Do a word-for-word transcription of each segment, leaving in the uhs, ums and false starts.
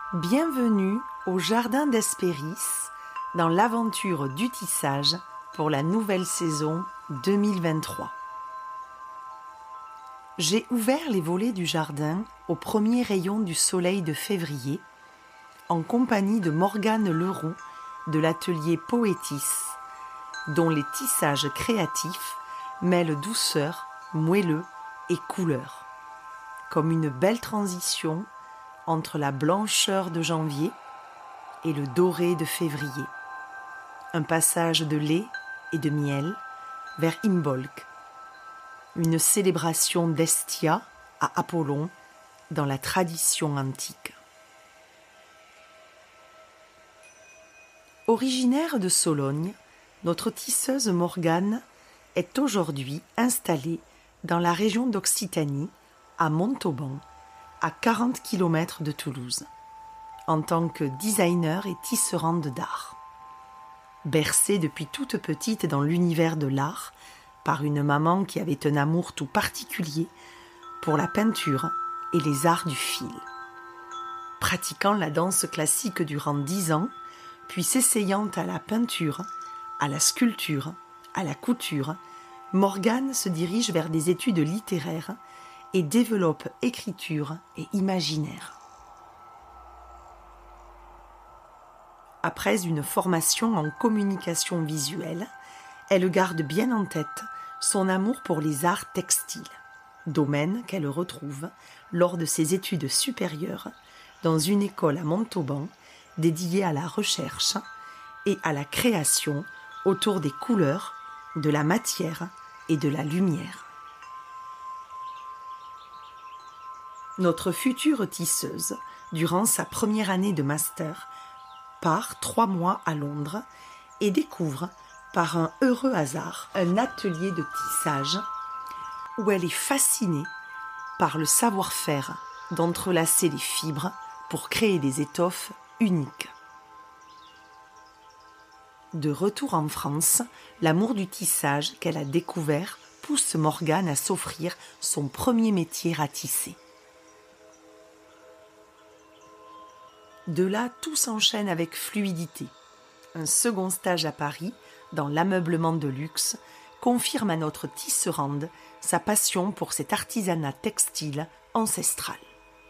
Bienvenue au Jardin d'Hespéris dans l'aventure du tissage pour la nouvelle saison deux mille vingt-trois. J'ai ouvert les volets du jardin au premier rayon du soleil de février en compagnie de Morgane Leroux de l'atelier Poétis, dont les tissages créatifs mêlent douceur, moelleux et couleur, comme une belle transition entre la blancheur de janvier et le doré de février. Un passage de lait et de miel vers Imbolc. Une célébration d'Hestia à Apollon dans la tradition antique. Originaire de Sologne, notre tisseuse Morgane est aujourd'hui installée dans la région d'Occitanie, à Montauban, à quarante kilomètres de Toulouse, en tant que designer et tisserande d'art. Bercée depuis toute petite dans l'univers de l'art par une maman qui avait un amour tout particulier pour la peinture et les arts du fil. Pratiquant la danse classique durant dix ans, puis s'essayant à la peinture, à la sculpture, à la couture, Morgane se dirige vers des études littéraires et développe écriture et imaginaire. Après une formation en communication visuelle, elle garde bien en tête son amour pour les arts textiles, domaine qu'elle retrouve lors de ses études supérieures dans une école à Montauban dédiée à la recherche et à la création autour des couleurs, de la matière et de la lumière. Notre future tisseuse, durant sa première année de master, part trois mois à Londres et découvre, par un heureux hasard, un atelier de tissage où elle est fascinée par le savoir-faire d'entrelacer les fibres pour créer des étoffes uniques. De retour en France, l'amour du tissage qu'elle a découvert pousse Morgane à s'offrir son premier métier à tisser. De là, tout s'enchaîne avec fluidité. Un second stage à Paris, dans l'ameublement de luxe, confirme à notre tisserande sa passion pour cet artisanat textile ancestral.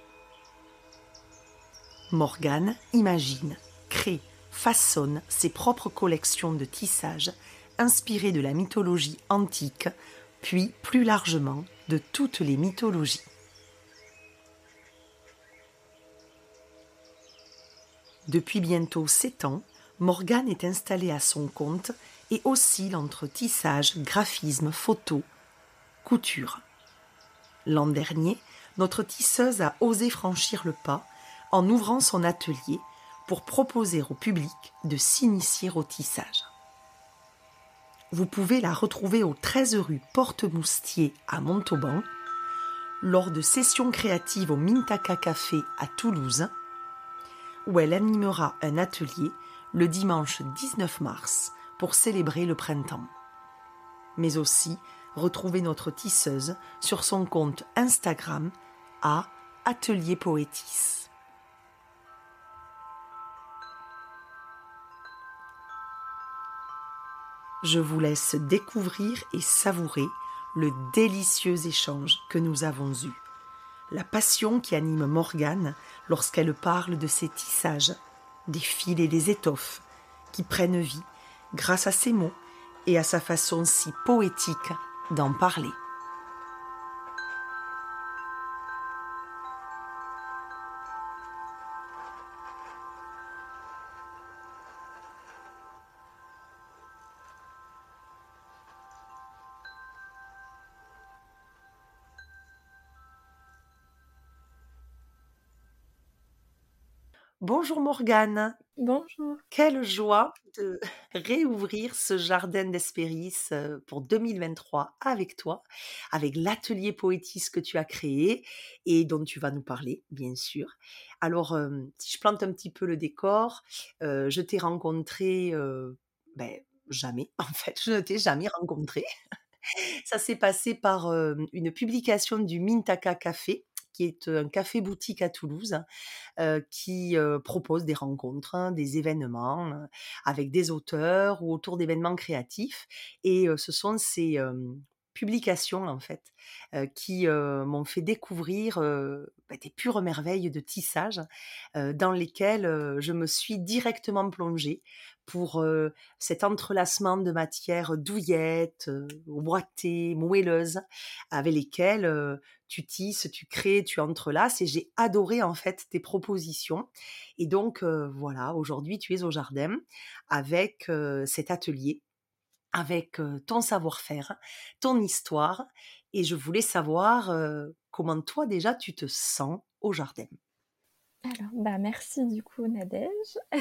Morgane imagine, crée, façonne ses propres collections de tissage inspirées de la mythologie antique, puis plus largement de toutes les mythologies. Depuis bientôt sept ans, Morgane est installée à son compte et oscille entre tissage, graphisme, photo, couture. L'an dernier, notre tisseuse a osé franchir le pas en ouvrant son atelier pour proposer au public de s'initier au tissage. Vous pouvez la retrouver au treize rue Porte-Moustier à Montauban, lors de sessions créatives au Mintaka Café à Toulouse, où elle animera un atelier le dimanche dix-neuf mars pour célébrer le printemps. Mais aussi, retrouvez notre tisseuse sur son compte Instagram à Atelier Poétis. Je vous laisse découvrir et savourer le délicieux échange que nous avons eu. La passion qui anime Morgane lorsqu'elle parle de ses tissages, des fils et des étoffes qui prennent vie grâce à ses mots et à sa façon si poétique d'en parler. Bonjour Morgane, Bonjour. quelle joie de réouvrir ce jardin d'Hespéris euh, pour deux mille vingt-trois avec toi, avec l'atelier Poétis que tu as créé et dont tu vas nous parler, bien sûr. Alors, euh, si je plante un petit peu le décor, euh, je t'ai rencontré, euh, ben, jamais, en fait, je ne t'ai jamais rencontré. Ça s'est passé par euh, une publication du Mintaka Café qui est un café-boutique à Toulouse, heu, qui, heu, propose des rencontres, hein, des événements, heu, avec des auteurs ou autour d'événements créatifs et heu, ce sont ces, hem, publications, en fait, heu, qui, heu, m'ont fait découvrir, heu, bah, des pures merveilles de tissage, heu, dans lesquelles, heu, je me suis directement plongée pour, heu, cet entrelacement de matières douillettes, heu, ouatées, moelleuses, avec lesquelles, heu, tu tisses, tu crées, tu entrelaces et j'ai adoré en fait tes propositions et donc heu, voilà, aujourd'hui tu es au jardin avec, heu, cet atelier, avec, heu, ton savoir-faire, ton histoire et je voulais savoir, heu, comment toi déjà tu te sens au jardin? Alors, bah, merci du coup Nadège.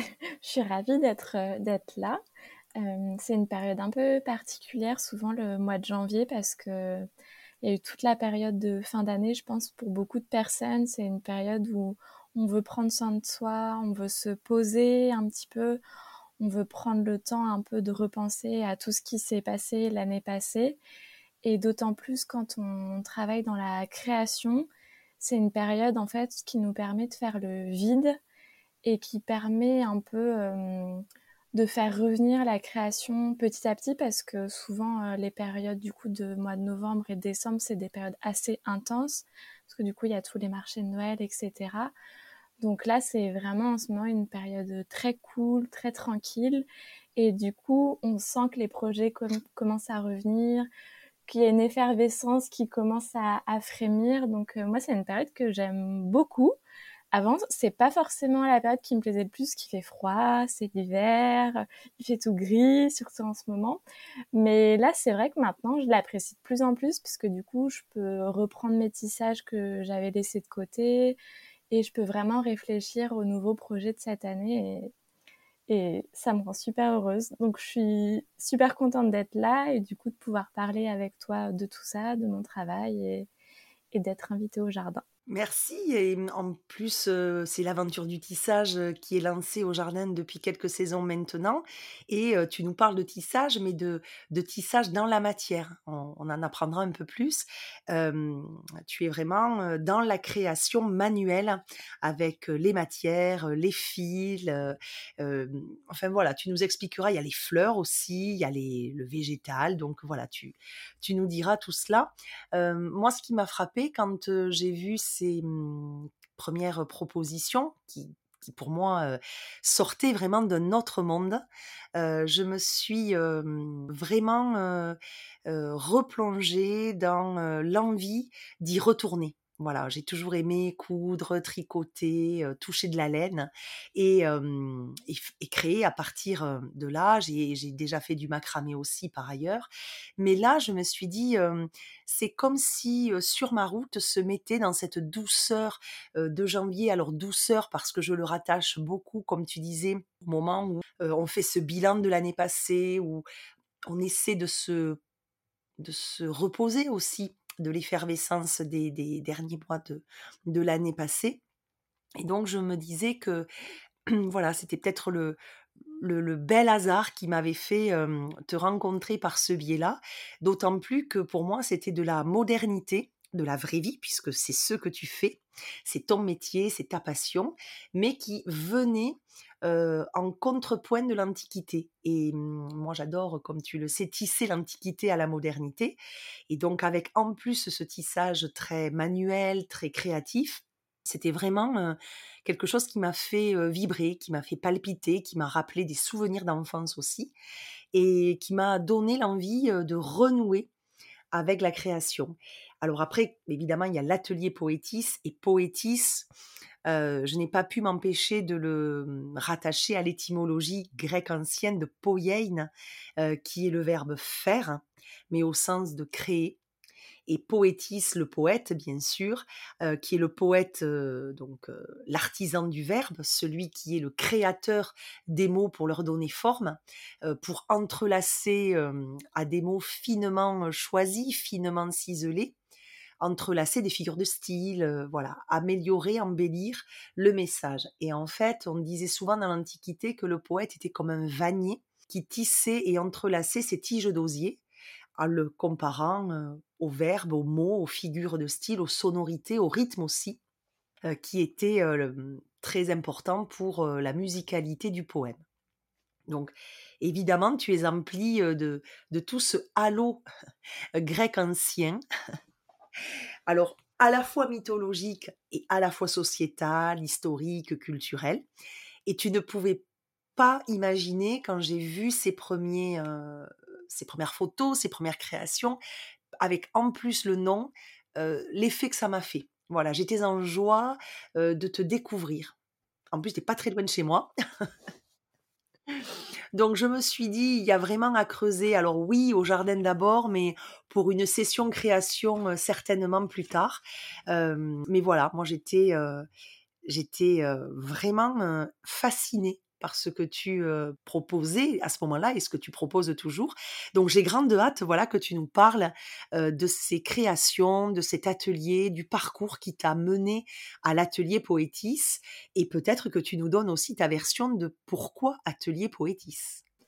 Je suis ravie d'être, heu, d'être là. Hem, c'est une période un peu particulière, souvent le mois de janvier parce qu'il y a eu toute la période de fin d'année, je pense pour beaucoup de personnes, c'est une période où on veut prendre soin de soi, on veut se poser un petit peu, on veut prendre le temps un peu de repenser à tout ce qui s'est passé l'année passée et d'autant plus quand on travaille dans la création, c'est une période en fait qui nous permet de faire le vide et qui permet un peu euh, de faire revenir la création petit à petit parce que souvent euh, les périodes du coup de mois de novembre et décembre c'est des périodes assez intenses parce que du coup il y a tous les marchés de Noël et cetera. Donc là c'est vraiment en ce moment une période très cool, très tranquille et du coup on sent que les projets com- commencent à revenir, qu'il y a une effervescence qui commence à, à frémir. Donc euh, moi c'est une période que j'aime beaucoup. Avant, c'est pas forcément la période qui me plaisait le plus, qu'il fait froid, c'est l'hiver, il fait tout gris, surtout en ce moment. Mais là, c'est vrai que maintenant, je l'apprécie de plus en plus, puisque du coup, je peux reprendre mes tissages que j'avais laissés de côté, et je peux vraiment réfléchir aux nouveaux projets de cette année, et, et ça me rend super heureuse. Donc, je suis super contente d'être là, et du coup, de pouvoir parler avec toi de tout ça, de mon travail, et, et d'être invitée au jardin. Merci et mmh, en plus, heu, c'est l'aventure du tissage, heu, qui est lancée au jardin depuis quelques saisons maintenant et heu, tu nous parles de tissage, mais de de tissage dans la matière. On on en apprendra un peu plus. Hem, Tu es vraiment, heu, dans la création manuelle avec, heu, les matières, heu, les fils, heu, hem, enfin voilà, tu nous expliqueras. Il y a les fleurs aussi, il y a les le végétal, donc voilà, tu tu nous diras tout cela. Heu, moi, ce qui m'a frappée quand, heu, j'ai vu ces, mmh, premières propositions qui qui pour moi, heu, sortaient vraiment d'un autre monde, heu, je me suis, hem, vraiment, heu heu, replongée dans, heu, l'envie d'y retourner. Voilà, j'ai toujours aimé coudre, tricoter, heu, toucher de la laine et hem et f et créer à partir, heu, de là. J'ai j'ai déjà fait du macramé aussi par ailleurs, mais là, je me suis dit, hem c'est comme si, heu, sur ma route se mettait dans cette douceur, heu, de janvier. Alors douceur parce que je le rattache beaucoup, comme tu disais, au moment où, heu, on fait ce bilan de l'année passée, où on essaie de se de se reposer aussi de l'effervescence des des derniers mois de de l'année passée et donc je me disais que voilà, c'était peut-être le le le bel hasard qui m'avait fait, hem, te rencontrer par ce biais-là. D'autant plus que pour moi, c'était de la modernité, de la vraie vie, puisque c'est ce que tu fais. C'est ton métier, c'est ta passion, mais qui venait, heu, en contrepoint de l'Antiquité et mmh, moi j'adore, comme tu le sais, tisser l'Antiquité à la modernité et donc avec en plus ce tissage très manuel, très créatif, c'était vraiment, heu, quelque chose qui m'a fait, heu, vibrer, qui m'a fait palpiter, qui m'a rappelé des souvenirs d'enfance aussi et qui m'a donné l'envie, heu, de renouer avec la création. Alors après, évidemment, il y a l'atelier Poétis et Poétis, heu, je n'ai pas pu m'empêcher de le, mmh, rattacher à l'étymologie grecque ancienne de poiein, heu, qui est le verbe faire, mais au sens de créer et Poétis, le poète, bien sûr, heu, qui est le poète, heu, donc heu, l'artisan du verbe, celui qui est le créateur des mots pour leur donner forme, heu, pour entrelacer, hem, à des mots finement, heu, choisis, finement ciselés, entrelacer des figures de style, heu, voilà, améliorer, embellir le message et en fait, on disait souvent dans l'Antiquité que le poète était comme un vannier qui tissait et entrelaçait ses tiges d'osier en le comparant, heu, aux verbes, aux mots, aux figures de style, aux sonorités, au rythme aussi, heu, qui étaient, heu, le mmh, très importants pour, heu, la musicalité du poème. Donc évidemment, tu es empli, heu, de de tout ce halo grec ancien, alors à la fois mythologique et à la fois sociétal, historique, culturel, et tu ne pouvais pas imaginer quand j'ai vu ces premiers, heu, ces premières photos, ces premières créations, avec en plus le nom, heu, l'effet que ça m'a fait. Voilà, j'étais en joie, heu, de te découvrir. En plus, tu es pas très loin de chez moi. Donc je me suis dit: «Il y a vraiment à creuser». Alors oui, au jardin d'abord, mais pour une session création, heu, certainement plus tard. Hem, mais voilà, moi j'étais, heu, j'étais, heu, vraiment, heu, fascinée par ce que tu, heu, proposais à ce moment-là et ce que tu proposes toujours. Donc j'ai grande hâte, voilà, que tu nous parles, heu, de ces créations, de cet atelier, du parcours qui t'a mené à l'atelier Poétis et peut-être que tu nous donnes aussi ta version de pourquoi atelier Poétis?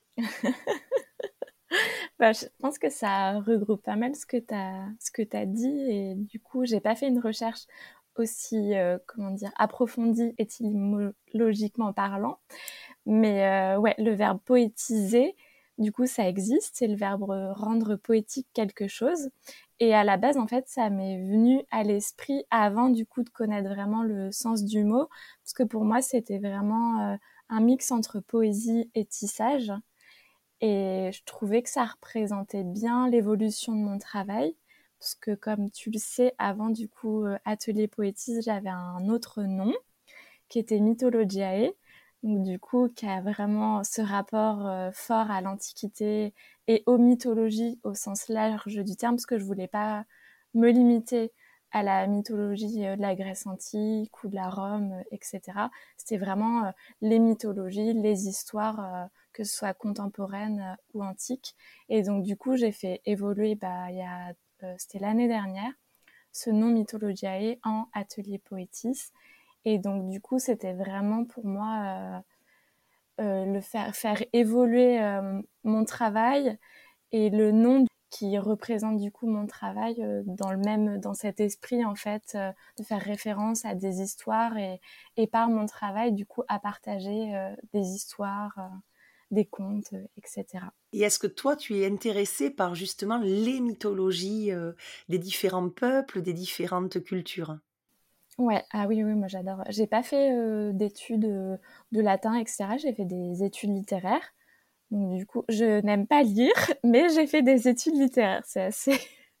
Bah, je pense que ça regroupe pas mal ce que tu as ce que tu dit et du coup, j'ai pas fait une recherche aussi, heu, comment dire? Approfondie étymologiquement parlant. Mais heu, ouais, le verbe poétiser, du coup, ça existe. C'est le verbe rendre poétique quelque chose et à la base, en fait, ça m'est venu à l'esprit avant, du coup, de connaître vraiment le sens du mot. Parce que pour moi, c'était vraiment, heu, un mix entre poésie et tissage et je trouvais que ça représentait bien l'évolution de mon travail. Parce que comme tu le sais, avant, du coup, heu, Atelier Poétise, j'avais un autre nom qui était Mythologiae, donc du coup, qui a vraiment ce rapport euh, fort à l'Antiquité et aux mythologies au sens large du terme, parce que je voulais pas me limiter à la mythologie euh, de la Grèce antique ou de la Rome, euh, et cetera. C'était vraiment euh, les mythologies, les histoires, euh, que ce soit contemporaines euh, ou antiques. Et donc du coup, j'ai fait évoluer, bah, il y a, euh, c'était l'année dernière, ce nom Mythologiae en Atelier Poétis. Et donc, du coup, c'était vraiment pour moi euh, euh, le faire, faire évoluer euh, mon travail et le nom qui représente du coup mon travail euh, dans le même, dans cet esprit en fait, euh, de faire référence à des histoires et, et par mon travail du coup à partager euh, des histoires, euh, des contes, euh, et cetera. Et est-ce que toi, tu es intéressé par justement les mythologies, heu, des différents peuples, des différentes cultures? Ouais, ah oui, oui, moi j'adore. J'ai pas fait euh, d'études euh, de latin, et cetera. J'ai fait des études littéraires. Donc du coup, je n'aime pas lire, mais j'ai fait des études littéraires. C'est assez,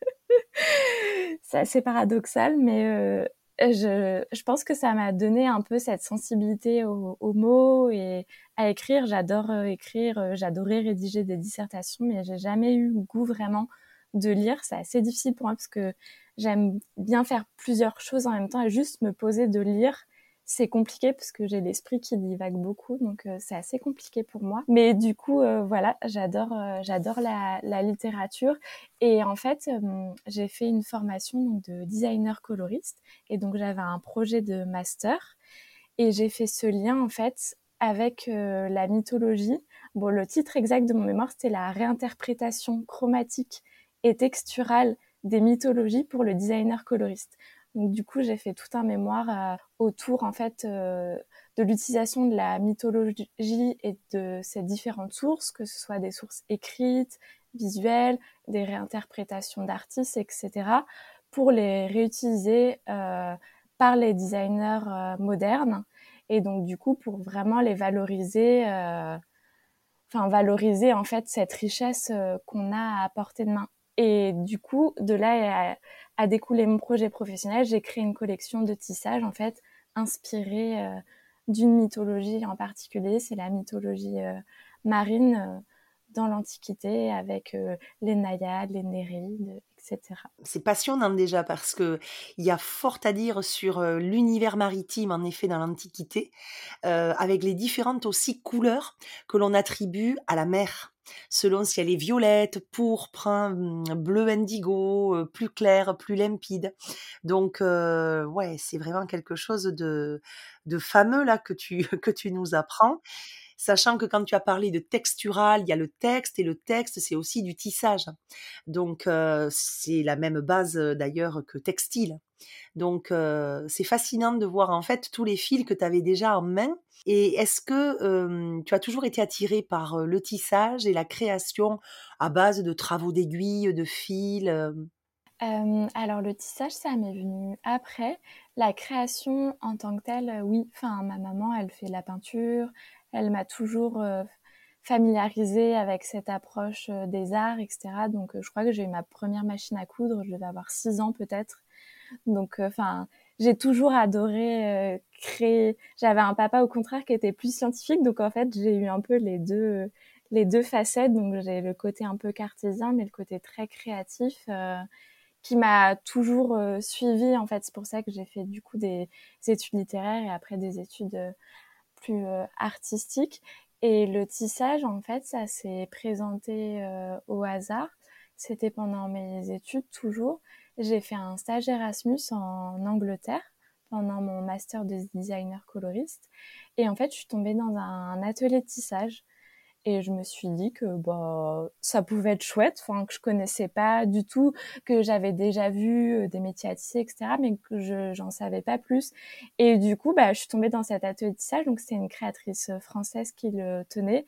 c'est assez paradoxal, mais euh, je, je pense que ça m'a donné un peu cette sensibilité aux, aux mots et à écrire. J'adore euh, écrire, euh, j'adorais rédiger des dissertations, mais j'ai jamais eu le goût vraiment de lire. C'est assez difficile pour moi parce que j'aime bien faire plusieurs choses en même temps et juste me poser de lire, c'est compliqué parce que j'ai l'esprit qui divague beaucoup, donc euh, c'est assez compliqué pour moi. Mais du coup, euh, voilà, j'adore, euh, j'adore la, la littérature. Et en fait, euh, j'ai fait une formation donc, de designer coloriste. Et donc, j'avais un projet de master. Et j'ai fait ce lien, en fait, avec euh, la mythologie. Bon, le titre exact de mon mémoire, c'était la réinterprétation chromatique et texturale des mythologies pour le designer coloriste. Donc, du coup, j'ai fait tout un mémoire euh, autour, en fait, euh, de l'utilisation de la mythologie et de ses différentes sources, que ce soit des sources écrites, visuelles, des réinterprétations d'artistes, et cetera, pour les réutiliser euh, par les designers euh, modernes. Et donc, du coup, pour vraiment les valoriser, euh, enfin, valoriser en fait cette richesse euh, qu'on a à portée de main. Et du coup, de là a, a découlé mon projet professionnel. J'ai créé une collection de tissages en fait inspirée euh, d'une mythologie en particulier. C'est la mythologie euh, marine euh, dans l'Antiquité avec euh, les Naïades, les Néréides, et cetera. C'est passionnant déjà parce qu'il y a fort à dire sur, heu, l'univers maritime en effet dans l'Antiquité, heu, avec les différentes aussi couleurs que l'on attribue à la mer. Selon si elle est violette, pourpre, hein, mmh, bleu indigo, heu, plus claire, plus limpide. Donc heu, ouais, c'est vraiment quelque chose de de fameux là que tu que tu nous apprends. sachant que quand tu as parlé de textural, il y a le texte et le texte, c'est aussi du tissage. Donc, euh, c'est la même base euh, d'ailleurs que textile. Donc, euh, c'est fascinant de voir en fait tous les fils que tu avais déjà en main. Et est-ce que euh, tu as toujours été attirée par euh, le tissage et la création à base de travaux d'aiguilles, de fils euh Euh, alors le tissage, ça m'est venu après. La création en tant que telle, euh, oui. Enfin, ma maman, elle fait de la peinture. Elle m'a toujours euh, familiarisée avec cette approche euh, des arts, et cetera. Donc, euh, je crois que j'ai eu ma première machine à coudre. Je devais avoir six ans peut-être. Donc, euh, enfin, j'ai toujours adoré euh, créer. J'avais un papa au contraire qui était plus scientifique, donc en fait, j'ai eu un peu les deux, les deux facettes. Donc, j'ai le côté un peu cartésien, mais le côté très créatif. Euh, qui m'a toujours euh, suivie. En fait, c'est pour ça que j'ai fait du coup des, des études littéraires et après des études euh, plus euh, artistiques. Et le tissage, en fait, ça s'est présenté euh, au hasard. C'était pendant mes études toujours. J'ai fait un stage Erasmus en Angleterre pendant mon master de designer coloriste. Et en fait, je suis tombée dans un atelier de tissage. Et je me suis dit que bah ça pouvait être chouette, enfin que je connaissais pas du tout, que j'avais déjà vu euh, des métiers à tisser, et cetera, mais que je j'en savais pas plus. Et du coup, bah je suis tombée dans cet atelier de tissage, donc c'est une créatrice euh, française qui le tenait.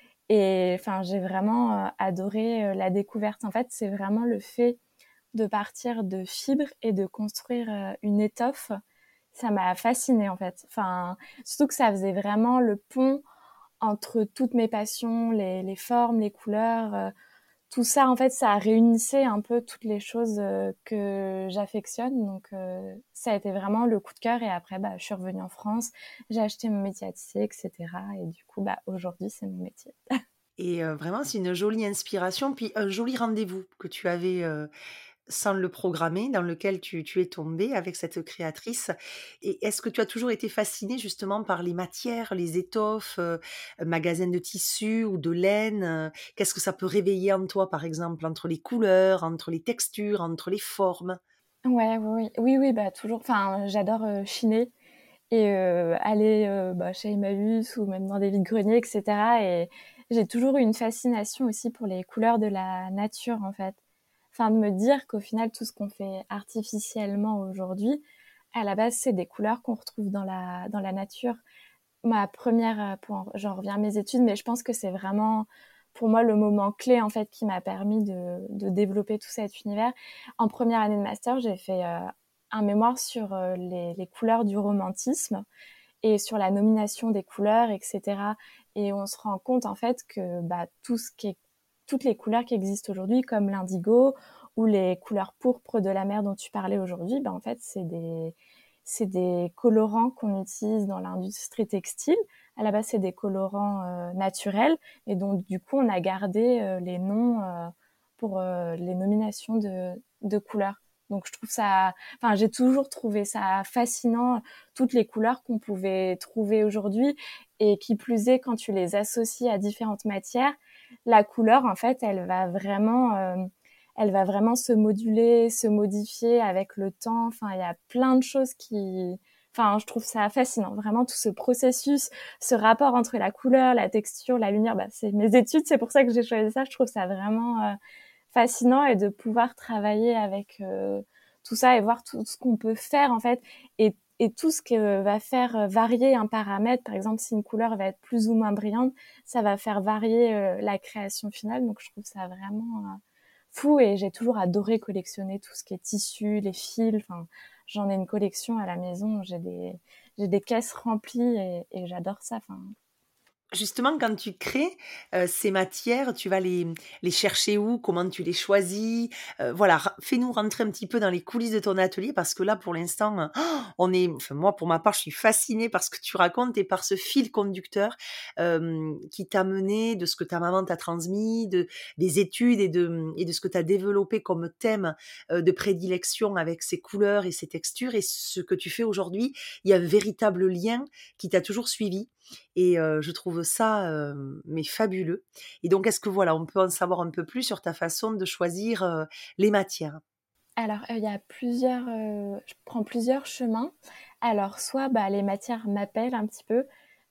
Et enfin, j'ai vraiment euh, adoré euh, la découverte. En fait, c'est vraiment le fait de partir de fibres et de construire euh, une étoffe. Ça m'a fascinée en fait. Enfin, surtout que ça faisait vraiment le pont entre toutes mes passions, les, les formes, les couleurs, euh, tout ça, en fait, ça réunissait un peu toutes les choses euh, que j'affectionne. Donc, euh, ça a été vraiment le coup de cœur. Et après, bah, je suis revenue en France, j'ai acheté mon métier à tisser, et cetera. Et du coup, bah, aujourd'hui, c'est mon métier. Et euh, vraiment, c'est une jolie inspiration, puis un joli rendez-vous que tu avais euh, sans le programmer, dans lequel tu, tu es tombée avec cette créatrice. Et est-ce que tu as toujours été fascinée justement par les matières, les étoffes, euh, magasins de tissus ou de laine euh, Qu'est-ce que ça peut réveiller en toi, par exemple, entre les couleurs, entre les textures, entre les formes? Ouais, oui, oui, oui, oui, bah, toujours. Enfin, j'adore euh, chiner et euh, aller euh, bah, chez Emmaüs ou même dans des vides-greniers, et cetera. Et j'ai toujours eu une fascination aussi pour les couleurs de la nature, en fait. Enfin, de me dire qu'au final, tout ce qu'on fait artificiellement aujourd'hui, à la base, c'est des couleurs qu'on retrouve dans la, dans la nature. Ma première, euh, pour, j'en reviens à mes études, mais je pense que c'est vraiment pour moi le moment clé en fait qui m'a permis de, de développer tout cet univers. En première année de master, j'ai fait euh, un mémoire sur euh, les, les couleurs du romantisme et sur la nomination des couleurs, et cetera. Et on se rend compte en fait que bah, tout ce qui est, toutes les couleurs qui existent aujourd'hui, comme l'indigo ou les couleurs pourpres de la mer dont tu parlais aujourd'hui, bah, en fait, c'est des, c'est des colorants qu'on utilise dans l'industrie textile. À la base, c'est des colorants euh, naturels et donc du coup, on a gardé euh, les noms euh, pour euh, les nominations de, de couleurs. Donc je trouve ça, enfin j'ai toujours trouvé ça fascinant toutes les couleurs qu'on pouvait trouver aujourd'hui et qui plus est quand tu les associes à différentes matières, la couleur en fait elle va vraiment euh, elle va vraiment se moduler, se modifier avec le temps. Enfin, il y a plein de choses qui, enfin, je trouve ça fascinant. Vraiment, tout ce processus, ce rapport entre la couleur, la texture, la lumière, bah, c'est mes études, c'est pour ça que j'ai choisi ça. Je trouve ça vraiment euh, fascinant et de pouvoir travailler avec euh, tout ça et voir tout ce qu'on peut faire, en fait, et et tout ce qui va faire varier un paramètre, par exemple, si une couleur va être plus ou moins brillante, ça va faire varier euh, la création finale. Donc, je trouve ça vraiment euh, fou et j'ai toujours adoré collectionner tout ce qui est tissu, les fils. Enfin, j'en ai une collection à la maison. J'ai des, j'ai des caisses remplies et, et j'adore ça. Enfin, Justement, quand tu crées, heu, ces matières, tu vas les les chercher où? Comment tu les choisis? Heu, voilà, ra fais-nous rentrer un petit peu dans les coulisses de ton atelier parce que là, pour l'instant, heu, on est enfin moi, pour ma part, je suis fascinée par ce que tu racontes et par ce fil conducteur, hem, qui t'a mené de ce que ta maman t'a transmis, de des études et de, mmh et de ce que tu as développé comme thème, heu, de prédilection avec ces couleurs et ces textures et ce que tu fais aujourd'hui. Il y a un véritable lien qui t'a toujours suivi et heu, je trouve ça, hem, mais fabuleux et donc est-ce que voilà, on peut en savoir un peu plus sur ta façon de choisir, heu, les matières? alors, euh, il y a plusieurs, euh, je prends plusieurs chemins. Alors, soit bah, les matières m'appellent un petit peu.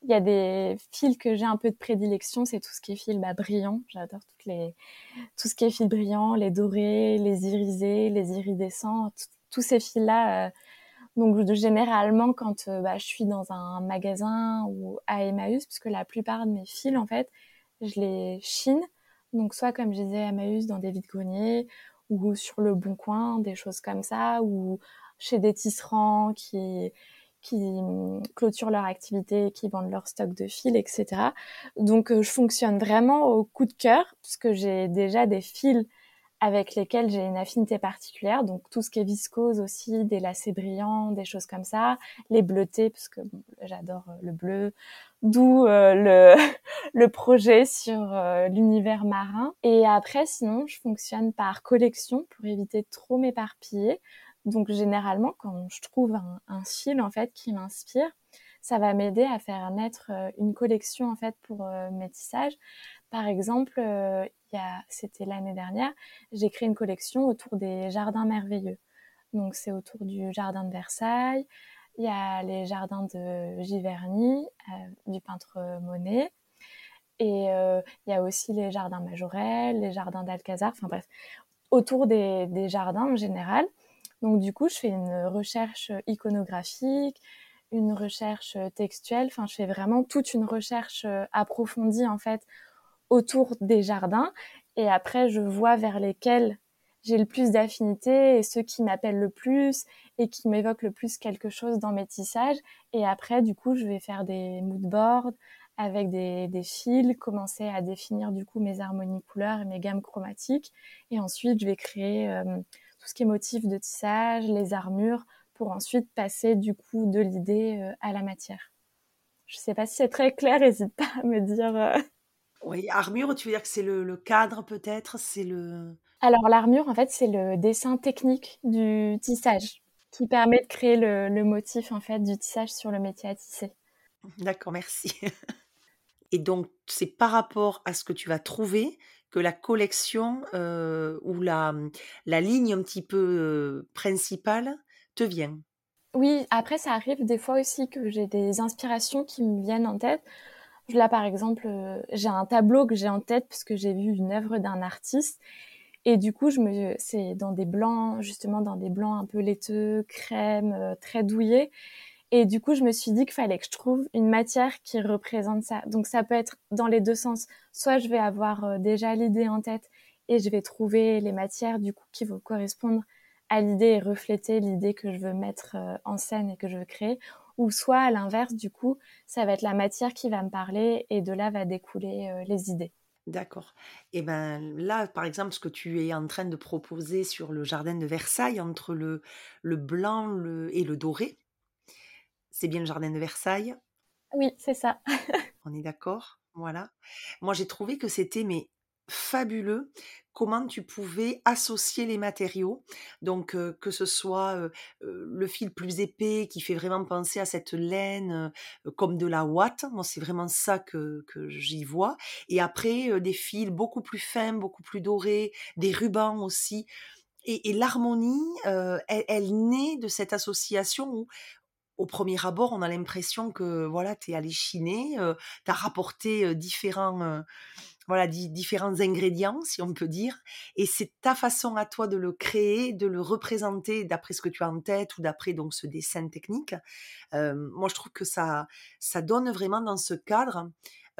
Il y a des fils que j'ai un peu de prédilection, c'est tout ce qui est fil bah, brillant. J'adore toutes les, tout ce qui est fil brillant, les dorés, les irisés, les iridescents, t- tous ces fils-là. Euh, donc de- généralement, quand euh, bah, je suis dans un magasin ou à Emmaüs, parce que la plupart de mes fils, en fait, je les chine. Donc soit, comme je disais, à Emmaüs, dans des vides-greniers, ou sur le Bon Coin, des choses comme ça, ou chez des tisserands qui qui hum, clôturent leur activité, qui vendent leur stock de fils, et cetera. Donc, euh, je fonctionne vraiment au coup de cœur, puisque j'ai déjà des fils avec lesquels j'ai une affinité particulière. Donc, tout ce qui est viscose aussi, des lacets brillants, des choses comme ça. Les bleutés, parce que bon, j'adore euh, le bleu. D'où euh, le, le projet sur euh, l'univers marin. Et après, sinon, je fonctionne par collection pour éviter de trop m'éparpiller. Donc, généralement, quand je trouve un, un fil, en fait, qui m'inspire, ça va m'aider à faire naître euh, une collection, en fait, pour euh, mes tissages. Par exemple, euh, il y a, c'était l'année dernière, j'ai créé une collection autour des jardins merveilleux. Donc, c'est autour du jardin de Versailles. Il y a les jardins de Giverny, euh, du peintre Monet. Et euh, il y a aussi les jardins Majorelle, les jardins d'Alcazar. Enfin bref, autour des, des jardins en général. Donc, du coup, je fais une recherche iconographique, une recherche textuelle. Enfin, je fais vraiment toute une recherche approfondie, en fait, autour des jardins. Et après, je vois vers lesquels j'ai le plus d'affinité et ceux qui m'appellent le plus et qui m'évoquent le plus quelque chose dans mes tissages. Et après, du coup, je vais faire des mood boards avec des, des fils, commencer à définir du coup mes harmonies couleurs et mes gammes chromatiques. Et ensuite, je vais créer euh, tout ce qui est motif de tissage, les armures, pour ensuite passer du coup de l'idée euh, à la matière. Je sais pas si c'est très clair, n'hésite pas à me dire. Euh... Oui, armure, tu veux dire que c'est le, le cadre peut-être, c'est le... Alors l'armure, en fait, c'est le dessin technique du tissage qui permet de créer le, le motif en fait du tissage sur le métier à tisser. D'accord, merci. Et donc, c'est par rapport à ce que tu vas trouver que la collection euh, ou la, la ligne un petit peu euh, principale te vient. Oui, après ça arrive des fois aussi que j'ai des inspirations qui me viennent en tête. Là, par exemple, euh, j'ai un tableau que j'ai en tête parce que j'ai vu une œuvre d'un artiste. Et du coup, je me, c'est dans des blancs, justement dans des blancs un peu laiteux, crème, euh, très douillés. Et du coup, je me suis dit qu'il fallait que je trouve une matière qui représente ça. Donc, ça peut être dans les deux sens. Soit je vais avoir euh, déjà l'idée en tête et je vais trouver les matières du coup qui vont correspondre à l'idée et refléter l'idée que je veux mettre euh, en scène et que je veux créer. Ou soit à l'inverse, du coup, ça va être la matière qui va me parler et de là va découler euh, les idées. D'accord. Et ben là, par exemple, ce que tu es en train de proposer sur le jardin de Versailles, entre le, le blanc le, et le doré, c'est bien le jardin de Versailles, Oui, c'est ça. on est d'accord? Voilà. Moi, j'ai trouvé que c'était mais fabuleux comment tu pouvais associer les matériaux. Donc, euh, que ce soit euh, euh, le fil plus épais qui fait vraiment penser à cette laine euh, comme de la ouate. Moi, c'est vraiment ça que, que j'y vois. Et après, euh, des fils beaucoup plus fins, beaucoup plus dorés, des rubans aussi. Et, et l'harmonie, euh, elle, elle naît de cette association où au premier abord, on a l'impression que voilà, tu es allé chiner, heu, tu as rapporté, heu, différents, heu, voilà, di différents ingrédients, si on peut dire, et c'est ta façon à toi de le créer, de le représenter d'après ce que tu as en tête ou d'après donc ce dessin technique. Hem, moi, je trouve que ça ça donne vraiment dans ce cadre,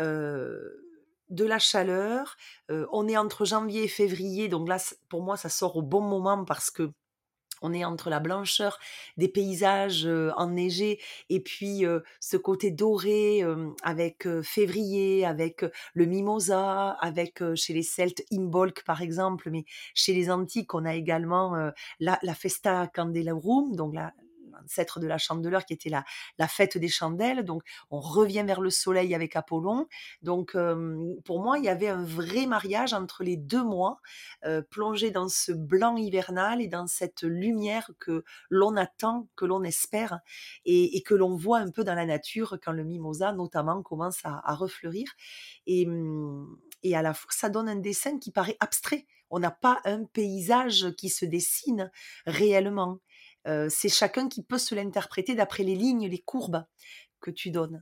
heu, de la chaleur. Heu, on est entre janvier et février, donc là, c pour moi, ça sort au bon moment parce que on est entre la blancheur des paysages euh, enneigés et puis euh, ce côté doré euh, avec euh, février, avec euh, le mimosa, avec euh, chez les Celtes Imbolc par exemple, mais chez les Antiques on a également euh, la, la Festa Candelarum, donc la l'ancêtre de la chandeleur qui était la, la fête des chandelles, donc on revient vers le soleil avec Apollon, donc euh, pour moi il y avait un vrai mariage entre les deux mois, euh, plongé dans ce blanc hivernal et dans cette lumière que l'on attend, que l'on espère et, et que l'on voit un peu dans la nature quand le mimosa notamment commence à, à refleurir. Et, hum, et à la fois, ça donne un dessin qui paraît abstrait. On n'a pas un paysage qui se dessine réellement. Euh, c'est chacun qui peut se l'interpréter d'après les lignes, les courbes que tu donnes.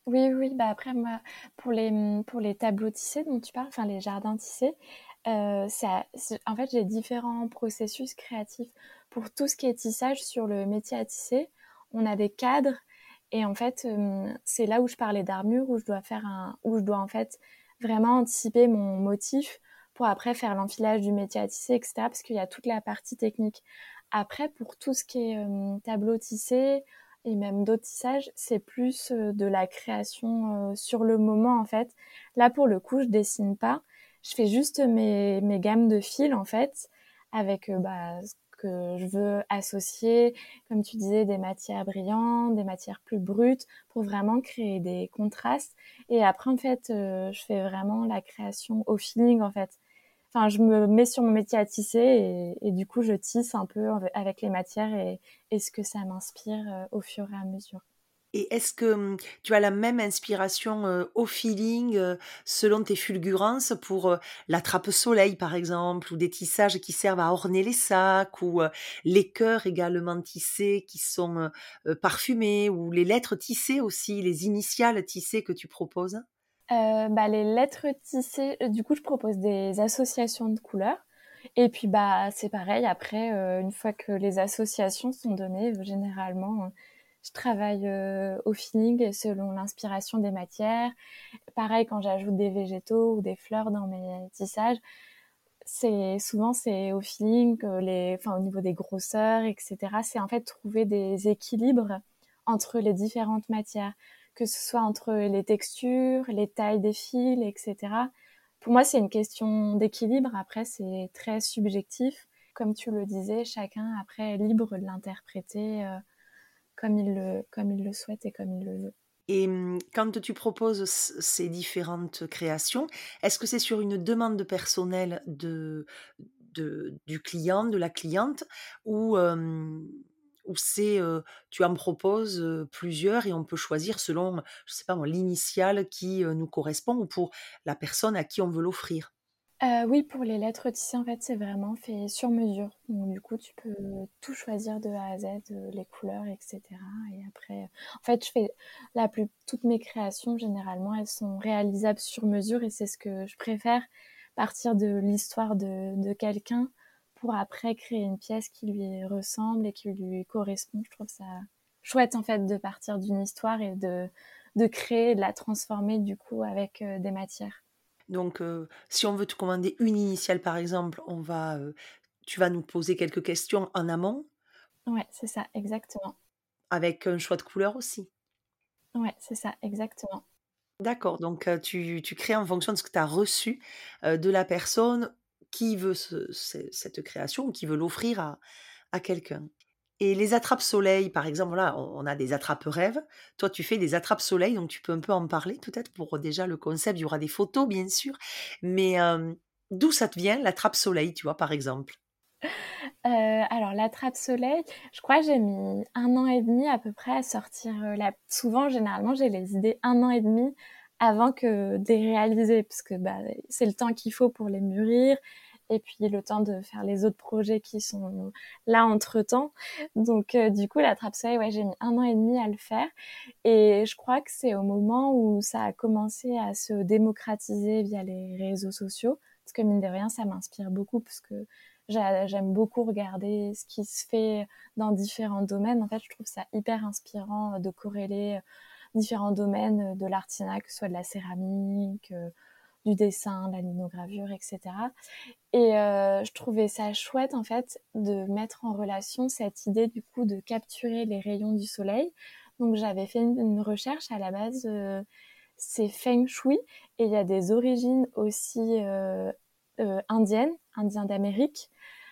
Oui, oui, bah, après moi, pour les, mmh, pour les tableaux tissés dont tu parles, enfin les jardins tissés, heu, ça c'est en fait, j'ai différents processus créatifs. Pour tout ce qui est tissage sur le métier à tisser, on a des cadres et en fait, hem, c'est là où je parlais d'armure, où je dois faire un où je dois en fait vraiment anticiper mon motif pour après faire l'enfilage du métier à tisser et cetera, parce qu'il y a toute la partie technique. Après pour tout ce qui est, hem, tableau tissé, et même d'autres tissages, c'est plus euh, de la création euh, sur le moment en fait. Là pour le coup, je dessine pas, je fais juste mes, mes gammes de fils en fait, avec euh, bah, ce que je veux associer, comme tu disais, des matières brillantes, des matières plus brutes, pour vraiment créer des contrastes. Et après en fait, euh, je fais vraiment la création au feeling en fait. Enfin, je me mets sur mon métier à tisser et, et du coup, je tisse un peu avec les matières et, et ce que ça m'inspire euh, au fur et à mesure. Et est-ce que, mmh, tu as la même inspiration, heu, au feeling, heu, selon tes fulgurances pour, heu, la trappe-soleil, par exemple, ou des tissages qui servent à orner les sacs ou, heu, les cœurs également tissés qui sont, heu heu, parfumés ou les lettres tissées aussi, les initiales tissées que tu proposes? Euh, bah, les lettres tissées, euh, du coup, je propose des associations de couleurs. Et puis, bah, c'est pareil. Après, euh, une fois que les associations sont données, euh, généralement, euh, je travaille euh, au feeling et selon l'inspiration des matières. Pareil, quand j'ajoute des végétaux ou des fleurs dans mes tissages, c'est souvent c'est au feeling, que les, enfin au niveau des grosseurs, et cetera. C'est en fait trouver des équilibres entre les différentes matières, que ce soit entre les textures, les tailles des fils, et cetera. Pour moi, c'est une question d'équilibre. Après, c'est très subjectif. Comme tu le disais, chacun après est libre de l'interpréter euh, comme il le comme il le souhaite et comme il le veut. Et mmh, quand tu proposes c ces différentes créations, est-ce que c'est sur une demande personnelle de de du client, de la cliente ou hem, ou c'est, heu, tu en proposes, heu, plusieurs et on peut choisir selon, je sais pas moi, l'initiale qui, heu, nous correspond ou pour la personne à qui on veut l'offrir? Heu, oui, pour les lettres tissées, en fait, c'est vraiment fait sur mesure. Donc du coup, tu peux tout choisir de A à Z, heu, les couleurs et cetera et après, heu, en fait, je fais la plus toutes mes créations, généralement, elles sont réalisables sur mesure et c'est ce que je préfère, partir de l'histoire de de quelqu'un pour après créer une pièce qui lui ressemble et qui lui correspond. Je trouve ça chouette, en fait, de partir d'une histoire et de de créer, de la transformer, du coup, avec, heu, des matières. Donc, heu, si on veut te commander une initiale, par exemple, on va, heu, tu vas nous poser quelques questions en amont Ouais, c'est ça, exactement. avec un choix de couleurs aussi? Ouais, c'est ça, exactement. D'accord, donc heu, tu tu crées en fonction de ce que tu as reçu, heu, de la personne qui veut ce ce cette création ou qui veut l'offrir à à quelqu'un. Et les attrape-soleil, par exemple, là, on on a des attrape-rêves. Toi, tu fais des attrape-soleil, donc tu peux un peu en parler peut-être pour, déjà, le concept? Il y aura des photos, bien sûr, mais hem, d'où ça te vient l'attrape-soleil, tu vois, par exemple? Heu, alors l'attrape-soleil, je crois que j'ai mis un an et demi à peu près à sortir, heu, la souvent, généralement, j'ai les idées un an et demi avant que de les réaliser parce que, bah, c'est le temps qu'il faut pour les mûrir et puis le temps de faire les autres projets qui sont là entre-temps. Donc heu, du coup, l'attrape-soleil, ouais, j'ai mis un an et demi à le faire et je crois que c'est au moment où ça a commencé à se démocratiser via les réseaux sociaux parce que mine de rien, ça m'inspire beaucoup parce que J'a j'aime beaucoup regarder ce qui se fait dans différents domaines. En fait, je trouve ça hyper inspirant de corréler différents domaines de l'artisanat, que ce soit de la céramique, euh, du dessin, de la linogravure, et cetera. Et euh, je trouvais ça chouette, en fait, de mettre en relation cette idée, du coup, de capturer les rayons du soleil. Donc, j'avais fait une, une recherche à la base, euh, c'est Feng Shui, et il y a des origines aussi euh, euh, indiennes, indiens d'Amérique,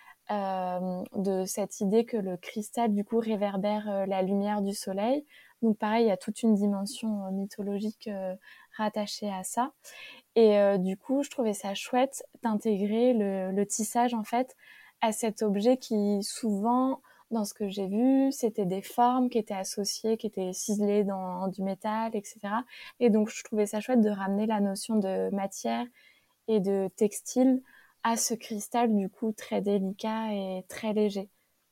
euh, de cette idée que le cristal du coup réverbère euh, la lumière du soleil. Donc pareil, il y a toute une dimension euh, mythologique euh, rattachée à ça. Et euh, du coup, je trouvais ça chouette d'intégrer le, le tissage en fait à cet objet qui souvent, dans ce que j'ai vu, c'était des formes qui étaient associées, qui étaient ciselées dans du métal, et cetera. Et donc, je trouvais ça chouette de ramener la notion de matière et de textile à ce cristal du coup très délicat et très léger.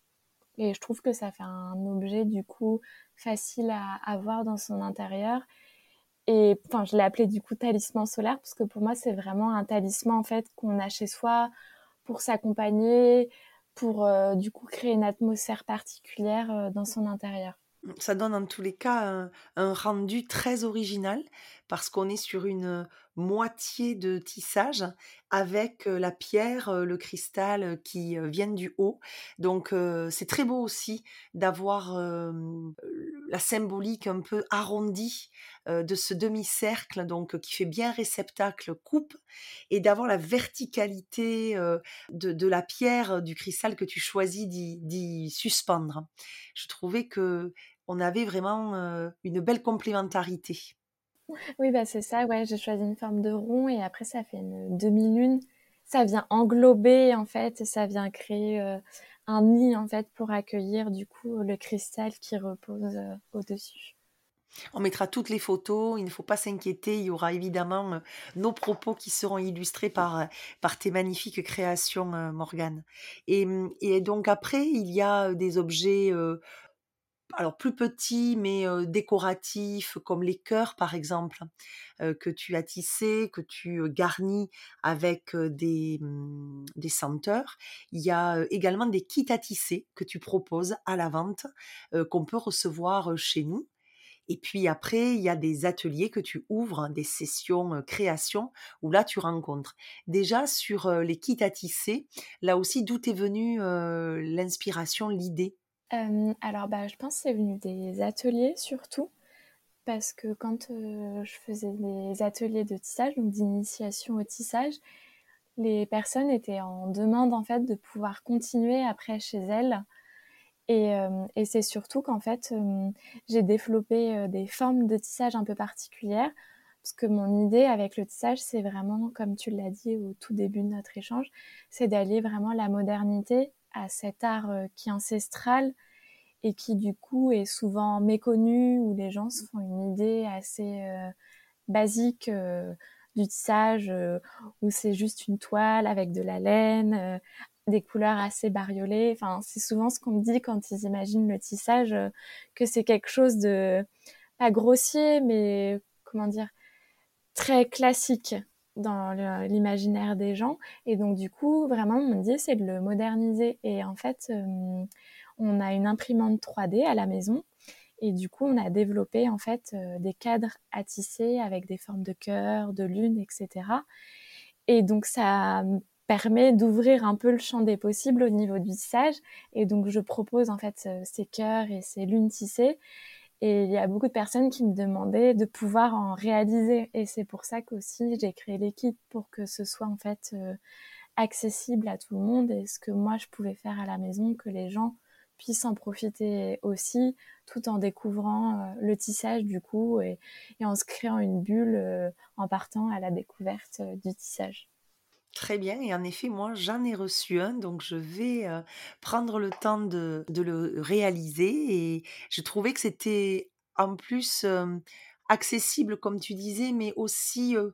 Et je trouve que ça fait un objet du coup facile à avoir dans son intérieur Et enfin, je l'ai appelé du coup talisman solaire parce que pour moi, c'est vraiment un talisman en fait qu'on a chez soi pour s'accompagner, pour euh, du coup créer une atmosphère particulière euh, dans son intérieur. Ça donne en tous les cas un, un rendu très original parce qu'on est sur une moitié de tissage avec euh, la pierre, euh, le cristal euh, qui euh, viennent du haut. Donc euh, c'est très beau aussi d'avoir euh, la symbolique un peu arrondie euh, de ce demi-cercle donc qui fait bien réceptacle coupe et d'avoir la verticalité euh, de, de la pierre, du cristal que tu choisis d'y d'y suspendre. Je trouvais que on avait vraiment, heu, une belle complémentarité. Oui, bah c'est ça, ouais, j'ai choisi une forme de rond et après ça fait une demi-lune. Ça vient englober en fait, et ça vient créer euh, un nid en fait pour accueillir du coup le cristal qui repose euh, au-dessus. On mettra toutes les photos, il ne faut pas s'inquiéter, il y aura évidemment, heu, nos propos qui seront illustrés par, heu, par tes magnifiques créations, heu, Morgane. Et mmh et donc après, il y a, des objets, heu, alors plus petits mais, heu, décoratifs comme les cœurs par exemple, heu, que tu as tissés, que tu, heu, garnis avec, heu, des, mmh, des senteurs. Il y a, heu, également des kits à tisser que tu proposes à la vente, heu, qu'on peut recevoir, heu, chez nous. Et puis après, il y a des ateliers que tu ouvres, hein, des sessions, heu, création où là tu rencontres. Déjà sur, heu, les kits à tisser, là aussi d'où t'est venue, heu, l'inspiration, l'idée? Euh, alors bah je pense que c'est venu des ateliers surtout parce que quand euh, je faisais des ateliers de tissage, donc d'initiation au tissage, les personnes étaient en demande en fait de pouvoir continuer après chez elles. Et, euh, et c'est surtout qu'en fait, euh, j'ai développé euh, des formes de tissage un peu particulières. Parce que mon idée avec le tissage, c'est vraiment, comme tu l'as dit au tout début de notre échange, c'est d'allier vraiment la modernité à cet art euh, qui est ancestral et qui du coup est souvent méconnu, où les gens se font une idée assez euh, basique euh, du tissage, euh, où c'est juste une toile avec de la laine, euh, des couleurs assez bariolées. Enfin, c'est souvent ce qu'on me dit quand ils imaginent le tissage, euh, que c'est quelque chose de pas grossier, mais comment dire, très classique dans le- l'imaginaire des gens. Et donc, du coup, vraiment, mon idée, c'est de le moderniser. Et en fait, euh, on a une imprimante trois D à la maison. Et du coup, on a développé en fait euh, des cadres à tisser avec des formes de cœur, de lune, et cetera. Et donc, ça permet d'ouvrir un peu le champ des possibles au niveau du tissage. Et donc, je propose en fait euh, ces cœurs et ces lunes tissées et il y a beaucoup de personnes qui me demandaient de pouvoir en réaliser. Et c'est pour ça qu'aussi j'ai créé l'équipe pour que ce soit en fait euh, accessible à tout le monde et ce que moi je pouvais faire à la maison, que les gens puissent en profiter aussi, tout en découvrant euh, le tissage du coup et, et en se créant une bulle euh, en partant à la découverte euh, du tissage. Très bien et en effet, moi, j'en ai reçu un, donc je vais, heu, prendre le temps de de le réaliser et je trouvais que c'était en plus, hem, accessible comme tu disais, mais aussi, heu,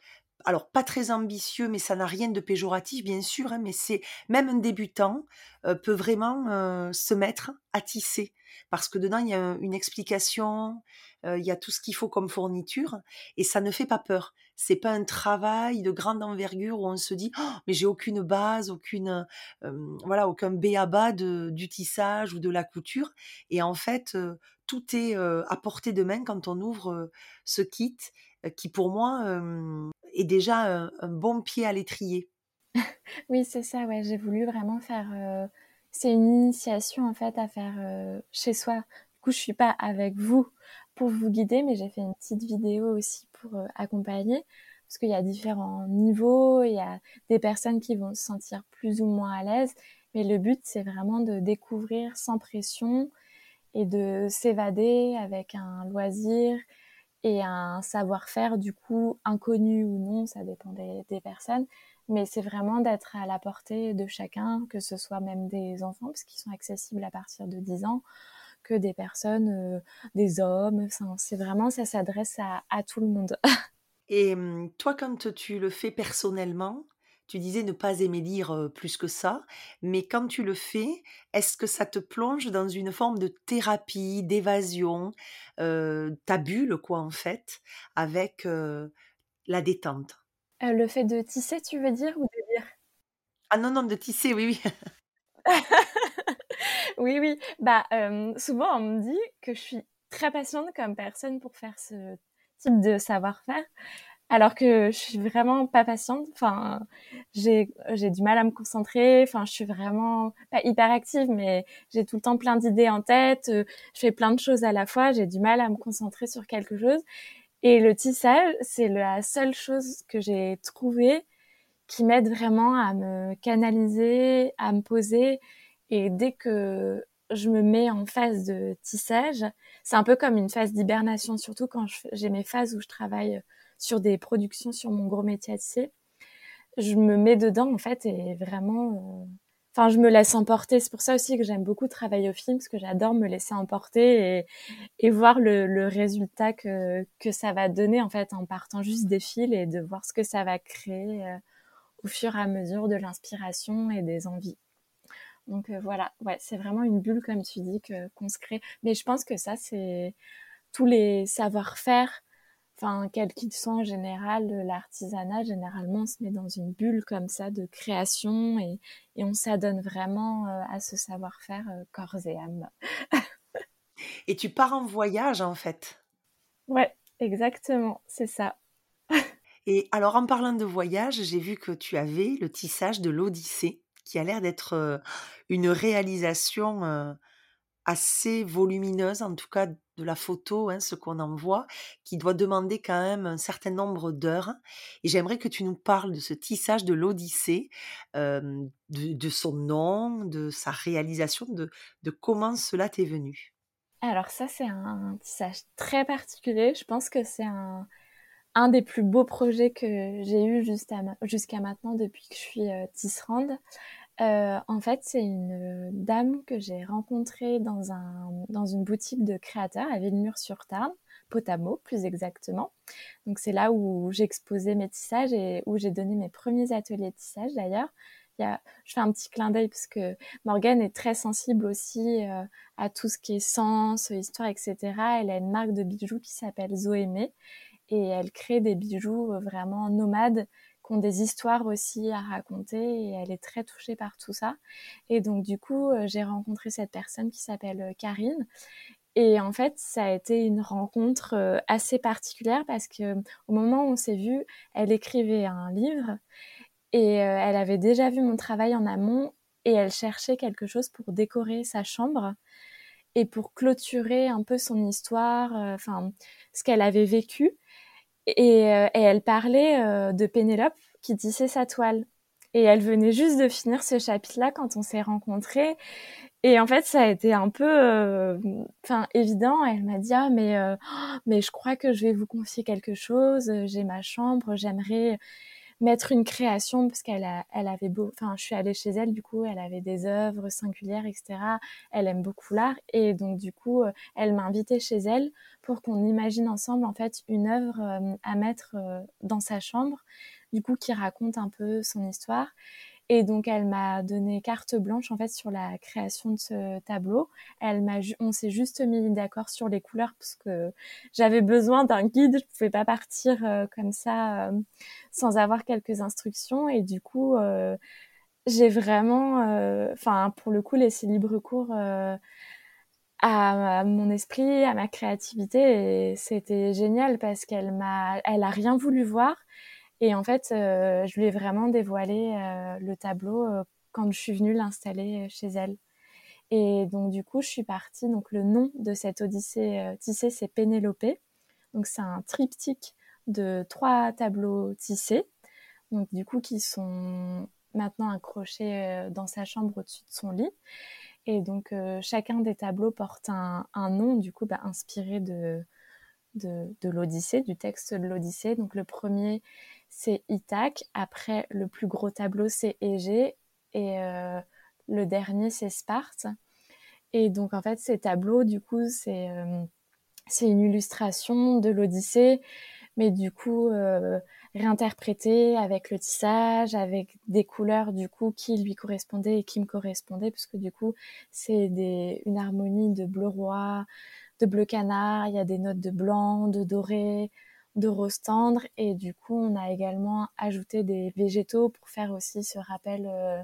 alors pas très ambitieux, mais ça n'a rien de péjoratif bien sûr, hein, mais c'est même un débutant, heu, peut vraiment, heu, se mettre à tisser. Parce que dedans, il y a un une explication, heu, il y a tout ce qu'il faut comme fourniture et ça ne fait pas peur. C'est pas un travail de grande envergure où on se dit: «Oh, mais j'ai aucune base, aucune, hem, voilà, aucun b a ba de du tissage ou de la couture» et en fait, heu, tout est, heu, à portée de main quand on ouvre, heu, ce kit, heu, qui pour moi, hem est déjà un, un bon pied à l'étrier. Oui, c'est ça, ouais, j'ai voulu vraiment faire. euh, C'est une initiation en fait à faire euh, chez soi. Du coup, je suis pas avec vous pour vous guider, mais j'ai fait une petite vidéo aussi pour euh, accompagner. Parce qu'il y a différents niveaux, il y a des personnes qui vont se sentir plus ou moins à l'aise. Mais le but, c'est vraiment de découvrir sans pression et de s'évader avec un loisir et un savoir-faire du coup inconnu ou non, ça dépend des, des personnes. Mais c'est vraiment d'être à la portée de chacun, que ce soit même des enfants, parce qu'ils sont accessibles à partir de dix ans, que des personnes, euh, des hommes. Enfin, c'est vraiment, ça s'adresse à, à tout le monde. Et hum, toi, quand tu le fais personnellement, tu disais ne pas aimer lire, heu, plus que ça, mais quand tu le fais, est-ce que ça te plonge dans une forme de thérapie, d'évasion, heu, ta bulle quoi, en fait, avec, heu, la détente? Heu, le fait de tisser, tu veux dire ou de lire? Ah non, non, de tisser, oui, oui. Oui, oui, bah, hem, souvent on me dit que je suis très patiente comme personne pour faire ce type de savoir-faire, alors que je suis vraiment pas patiente. Enfin, j'ai j'ai du mal à me concentrer, enfin, je suis vraiment pas hyperactive, mais j'ai tout le temps plein d'idées en tête, heu, je fais plein de choses à la fois, j'ai du mal à me concentrer sur quelque chose et le tissage, c'est la seule chose que j'ai trouvée qui m'aide vraiment à me canaliser, à me poser. Et dès que je me mets en phase de tissage, c'est un peu comme une phase d'hibernation, surtout quand je, j'ai mes phases où je travaille sur des productions sur mon gros métier à tisser. Je me mets dedans, en fait, et vraiment... euh, Enfin, je me laisse emporter. C'est pour ça aussi que j'aime beaucoup travailler au film, parce que j'adore me laisser emporter et, et voir le, le résultat que, que ça va donner, en fait, en partant juste des fils et de voir ce que ça va créer euh, au fur et à mesure de l'inspiration et des envies. Donc euh, voilà, ouais, c'est vraiment une bulle, comme tu dis, que, qu'on se crée. Mais je pense que ça, c'est tous les savoir-faire, enfin, quels qu'ils soient en général, l'artisanat, généralement, on se met dans une bulle comme ça de création et, et on s'adonne vraiment euh, à ce savoir-faire euh, corps et âme. Et tu pars en voyage, en fait. Ouais, exactement, c'est ça. Et alors en parlant de voyage, j'ai vu que tu avais le tissage de l'Odyssée, qui a l'air d'être, heu, une réalisation, heu, assez volumineuse, en tout cas de la photo, hein, ce qu'on en voit, qui doit demander quand même un certain nombre d'heures et j'aimerais que tu nous parles de ce tissage de l'Odyssée, hem, de de son nom, de sa réalisation, de de comment cela t'est venu? Alors ça, c'est un tissage très particulier. Je pense que c'est un, un des plus beaux projets que j'ai eu jusqu'à ma- jusqu'à maintenant depuis que je suis euh, tisserande. Euh, en fait, c'est une dame que j'ai rencontrée dans un dans une boutique de créateurs à Villemur-sur-Tarn, Potamo plus exactement. Donc c'est là où j'exposais mes tissages et où j'ai donné mes premiers ateliers de tissage d'ailleurs. Il y a, je fais un petit clin d'œil parce que Morgane est très sensible aussi euh, à tout ce qui est sens, histoire, et cetera. Elle a une marque de bijoux qui s'appelle Zoémé et elle crée des bijoux euh, vraiment nomades qui ont des histoires aussi à raconter et elle est très touchée par tout ça. Et donc du coup, euh, j'ai rencontré cette personne qui s'appelle euh, Karine et en fait, ça a été une rencontre euh, assez particulière parce que au moment où on s'est vu, elle écrivait un livre et euh, elle avait déjà vu mon travail en amont et elle cherchait quelque chose pour décorer sa chambre et pour clôturer un peu son histoire, euh, enfin ce qu'elle avait vécu. Et, euh, et elle parlait euh, de Pénélope qui tissait sa toile. Et elle venait juste de finir ce chapitre-là quand on s'est rencontrés. Et en fait, ça a été un peu, euh, enfin, évident. Elle m'a dit, ah, mais, euh, oh, mais je crois que je vais vous confier quelque chose. J'ai ma chambre, j'aimerais mettre une création parce qu'elle a, elle avait beau, enfin, je suis allée chez elle, du coup, elle avait des œuvres singulières, et cetera. Elle aime beaucoup l'art et donc, du coup, euh, elle m'a invitée chez elle pour qu'on imagine ensemble, en fait, une œuvre euh, à mettre euh, dans sa chambre, du coup, qui raconte un peu son histoire. Et donc, elle m'a donné carte blanche, en fait, sur la création de ce tableau. Elle m'a, on s'est juste mis d'accord sur les couleurs parce que j'avais besoin d'un guide. Je pouvais pas partir euh, comme ça euh, sans avoir quelques instructions. Et du coup, euh, j'ai vraiment, euh, enfin, pour le coup, laissé libre cours euh, à, à mon esprit, à ma créativité. Et c'était génial parce qu'elle m'a, elle a rien voulu voir. Et en fait, euh, je lui ai vraiment dévoilé euh, le tableau euh, quand je suis venue l'installer chez elle. Et donc du coup, je suis partie. Donc le nom de cette odyssée euh, tissée, c'est Pénélope. Donc c'est un triptyque de trois tableaux tissés. Donc du coup, qui sont maintenant accrochés euh, dans sa chambre au-dessus de son lit. Et donc euh, chacun des tableaux porte un, un nom, du coup, bah, inspiré de de, de l'Odyssée, du texte de l'Odyssée. Donc le premier, c'est Ithaque. Après, le plus gros tableau, c'est Égée. Et euh, le dernier, c'est Sparte. Et donc, en fait, ces tableaux, du coup, c'est euh, c'est une illustration de l'Odyssée, mais du coup euh, réinterpréter avec le tissage, avec des couleurs du coup qui lui correspondaient et qui me correspondaient, parce que du coup c'est des, une harmonie de bleu roi, de bleu canard, il y a des notes de blanc, de doré, de rose tendre, et du coup on a également ajouté des végétaux pour faire aussi ce rappel euh,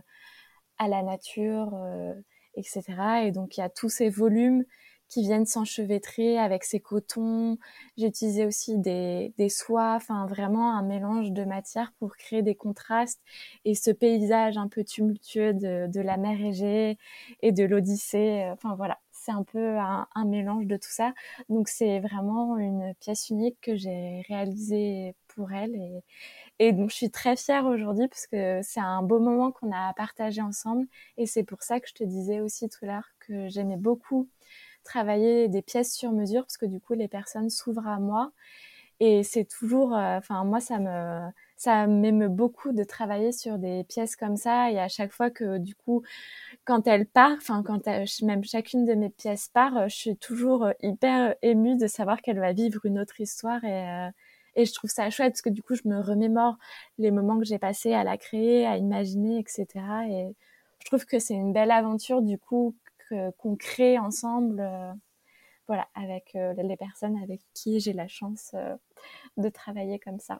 à la nature, euh, et cetera. Et donc il y a tous ces volumes qui viennent s'enchevêtrer avec ces cotons. J'ai utilisé aussi des, des soies, enfin vraiment un mélange de matières pour créer des contrastes et ce paysage un peu tumultueux de, de la mer Égée et de l'Odyssée. Enfin voilà, c'est un peu un, un mélange de tout ça. Donc c'est vraiment une pièce unique que j'ai réalisée pour elle, et, et donc, je suis très fière aujourd'hui parce que c'est un beau moment qu'on a partagé ensemble. Et c'est pour ça que je te disais aussi tout à l'heure que j'aimais beaucoup travailler des pièces sur mesure parce que du coup, les personnes s'ouvrent à moi. Et c'est toujours, euh, enfin, moi, ça me, ça m'émeut beaucoup de travailler sur des pièces comme ça. Et à chaque fois que, du coup, quand elle part, enfin, quand elle- même chacune de mes pièces part, euh, je suis toujours euh, hyper émue de savoir qu'elle va vivre une autre histoire, et, euh, et je trouve ça chouette parce que du coup, je me remémore les moments que j'ai passés à la créer, à imaginer, et cetera. Et je trouve que c'est une belle aventure du coup que- qu'on crée ensemble, euh, voilà, avec euh, les personnes avec qui j'ai la chance euh, de travailler comme ça.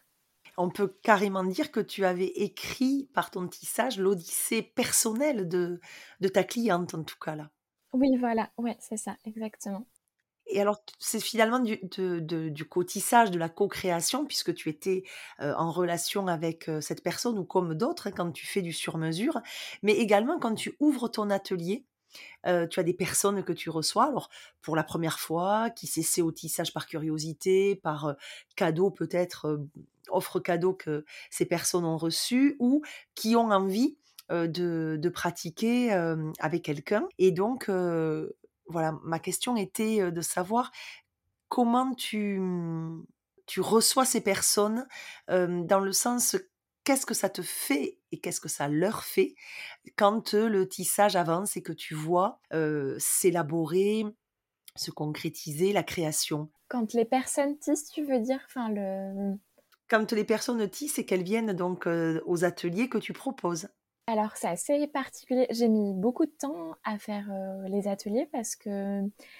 On peut carrément dire que tu avais écrit par ton tissage l'odyssée personnelle de de ta cliente, en tout cas, là. Oui, voilà, ouais, c'est ça, exactement. Et alors, t c'est finalement du de de du co-tissage, de la co-création, puisque tu étais, heu, en relation avec, heu, cette personne ou comme d'autres, hein, quand tu fais du sur-mesure, mais également quand tu ouvres ton atelier. Heu, tu as des personnes que tu reçois, alors pour la première fois, qui s'essaient au tissage par curiosité, par, heu, cadeau peut-être, heu, offre cadeau que ces personnes ont reçu ou qui ont envie, heu, de de pratiquer, hem, avec quelqu'un et donc heu, voilà, ma question était, heu, de savoir comment tu, mmh, tu reçois ces personnes, hem, dans le sens, qu'est-ce que ça te fait et qu'est-ce que ça leur fait quand, heu, le tissage avance et que tu vois, heu, s'élaborer, se concrétiser la création? Quand les personnes tissent, tu veux dire, enfin le Quand les personnes tissent et qu'elles viennent donc, heu, aux ateliers que tu proposes? Alors, c'est assez particulier. J'ai mis beaucoup de temps à faire euh, les ateliers parce que,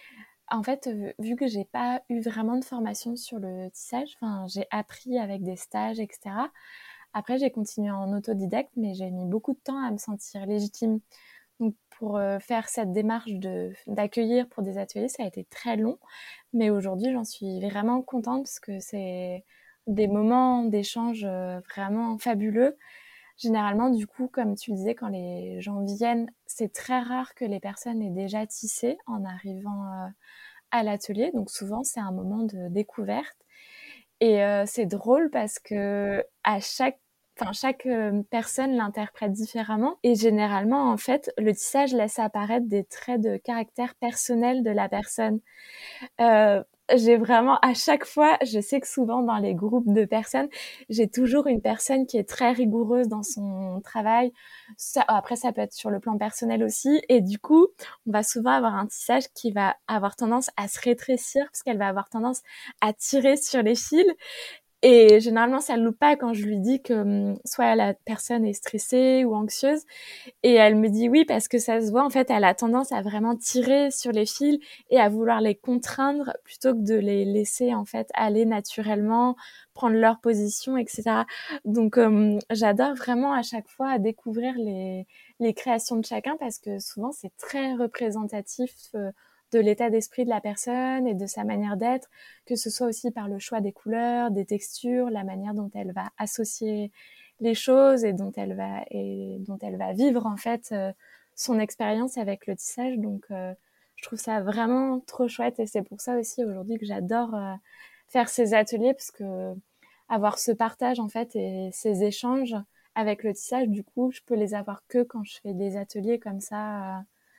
en fait, euh, vu que j'ai pas eu vraiment de formation sur le tissage, enfin, j'ai appris avec des stages, et cetera. Après, j'ai continué en autodidacte, mais j'ai mis beaucoup de temps à me sentir légitime. Donc, pour euh, faire cette démarche de d'accueillir pour des ateliers, ça a été très long, mais aujourd'hui, j'en suis vraiment contente parce que c'est des moments d'échange euh, vraiment fabuleux. Généralement, du coup, comme tu le disais, quand les gens viennent, c'est très rare que les personnes aient déjà tissé en arrivant euh, à l'atelier. Donc souvent, c'est un moment de découverte. Et euh, c'est drôle parce que à chaque, enfin, chaque euh, personne l'interprète différemment. Et généralement, en fait, le tissage laisse apparaître des traits de caractère personnel de la personne. Euh, j'ai vraiment, à chaque fois, je sais que souvent dans les groupes de personnes, j'ai toujours une personne qui est très rigoureuse dans son travail. Ça, après, ça peut être sur le plan personnel aussi. Et du coup, on va souvent avoir un tissage qui va avoir tendance à se rétrécir parce qu'elle va avoir tendance à tirer sur les fils. Et généralement, ça ne loupe pas quand je lui dis que hum, soit la personne est stressée ou anxieuse. Et elle me dit oui parce que ça se voit, en fait, elle a tendance à vraiment tirer sur les fils et à vouloir les contraindre plutôt que de les laisser en fait aller naturellement, prendre leur position, et cetera. Donc euh, j'adore vraiment à chaque fois découvrir les, les créations de chacun parce que souvent c'est très représentatif euh, de l'état d'esprit de la personne et de sa manière d'être, que ce soit aussi par le choix des couleurs, des textures, la manière dont elle va associer les choses et dont elle va et dont elle va vivre en fait euh, son expérience avec le tissage. Donc euh, je trouve ça vraiment trop chouette et c'est pour ça aussi aujourd'hui que j'adore euh, faire ces ateliers parce que avoir ce partage en fait et ces échanges avec le tissage, du coup, je peux les avoir que quand je fais des ateliers comme ça euh,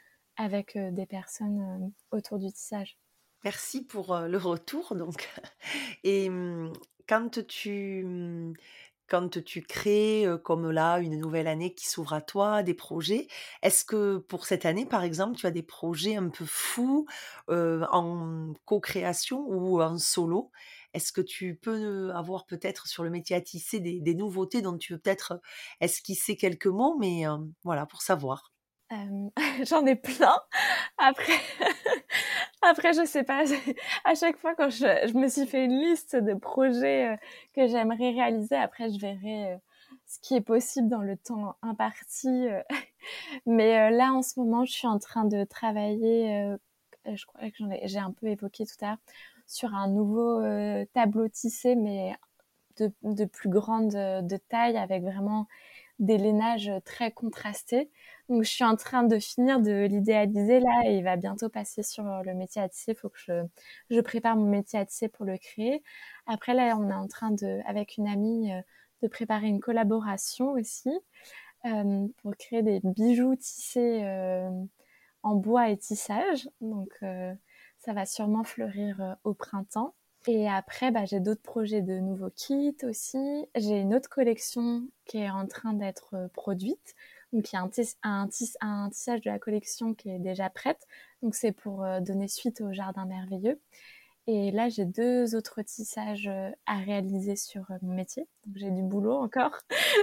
avec euh, des personnes euh, autour du tissage. Merci pour, heu, le retour donc et mmh, quand tu, mmh quand tu crées, heu, comme là, une nouvelle année qui s'ouvre à toi, des projets, est-ce que pour cette année, par exemple, tu as des projets un peu fous, heu, en co-création ou en solo? Est-ce que tu peux avoir peut-être sur le métier à tisser des des nouveautés dont tu veux peut-être esquisser quelques mots? Mais, hem, voilà, pour savoir. Hem, j'en ai plein. Après après je sais pas, à chaque fois quand je je me suis fait une liste de projets, heu, que j'aimerais réaliser, après je verrai, heu, ce qui est possible dans le temps imparti, heu. Mais, heu, là, en ce moment, je suis en train de travailler, heu, je crois que j'en ai j'ai un peu évoqué tout à l'heure, sur un nouveau, heu, tableau tissé, mais de de plus grande, de taille, avec vraiment des lainages très contrastés. Donc je suis en train de finir de l'idéaliser là et il va bientôt passer sur le métier à tisser. Il faut que je, je prépare mon métier à tisser pour le créer. Après là, on est en train de, avec une amie, euh, de préparer une collaboration aussi euh, pour créer des bijoux tissés euh, en bois et tissage. Donc euh, ça va sûrement fleurir euh, au printemps. Et après, bah, j'ai d'autres projets de nouveaux kits aussi. J'ai une autre collection qui est en train d'être euh, produite. Donc, il y a un, tis- un, tis- un tissage de la collection qui est déjà prête. Donc, c'est pour euh, donner suite au Jardin Merveilleux. Et là, j'ai deux autres tissages euh, à réaliser sur euh, mon métier. Donc, j'ai du boulot encore.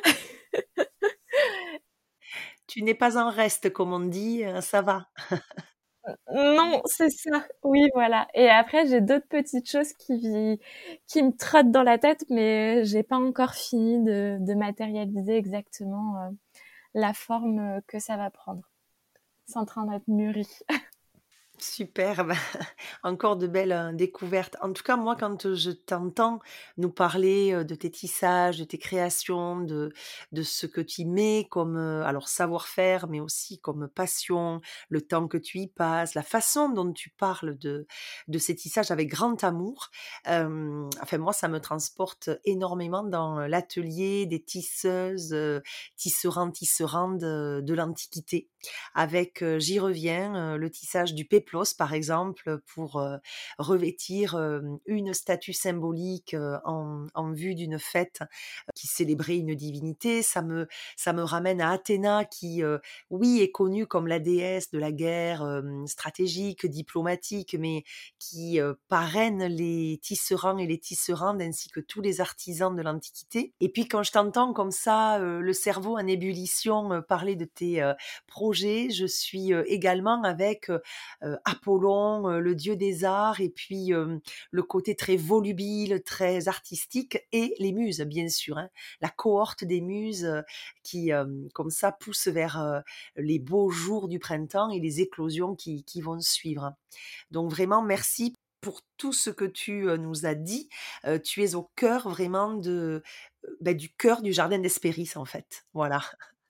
Tu n'es pas en reste, comme on dit, heu, ça va. Non, c'est ça. Oui, voilà. Et après, j'ai d'autres petites choses qui, qui me trottent dans la tête, mais j'ai pas encore fini de, de matérialiser exactement euh, la forme euh, que ça va prendre. C'est en train d'être mûri. Super, bah, encore de belles, heu, découvertes. En tout cas, moi, quand, heu, je t'entends nous parler, heu, de tes tissages, de tes créations, de de ce que tu y mets comme, heu, alors savoir-faire, mais aussi comme passion, le temps que tu y passes, la façon dont tu parles de de ces tissages avec grand amour, hem, enfin moi, ça me transporte énormément dans, l'atelier des tisseuses, heu, tisserands, tisserandes, heu, de l'Antiquité avec, heu, j'y reviens, heu, le tissage du péplos par exemple, pour, heu, revêtir, hem, une statue symbolique, heu, en en vue d'une fête, heu, qui célébrait une divinité. Ça me ça me ramène à Athéna qui, heu, oui, est connue comme la déesse de la guerre, hem, stratégique, diplomatique, mais qui, heu, parraine les tisserands et les tisserandes ainsi que tous les artisans de l'Antiquité. Et puis quand je t'entends comme ça, heu, le cerveau en ébullition, heu, parler de tes, heu, projets, je suis, heu, également avec, heu heu, Apollon, heu, le dieu des arts et puis, hem, le côté très volubile, très artistique et les muses bien sûr, hein. La cohorte des muses, heu, qui, hem, comme ça pousse vers, heu, les beaux jours du printemps et les éclosions qui qui vont suivre. Donc vraiment merci pour tout ce que tu, heu, nous as dit. Heu, tu es au cœur vraiment de, heu, bah, du cœur du jardin d'Hespéris en fait, voilà.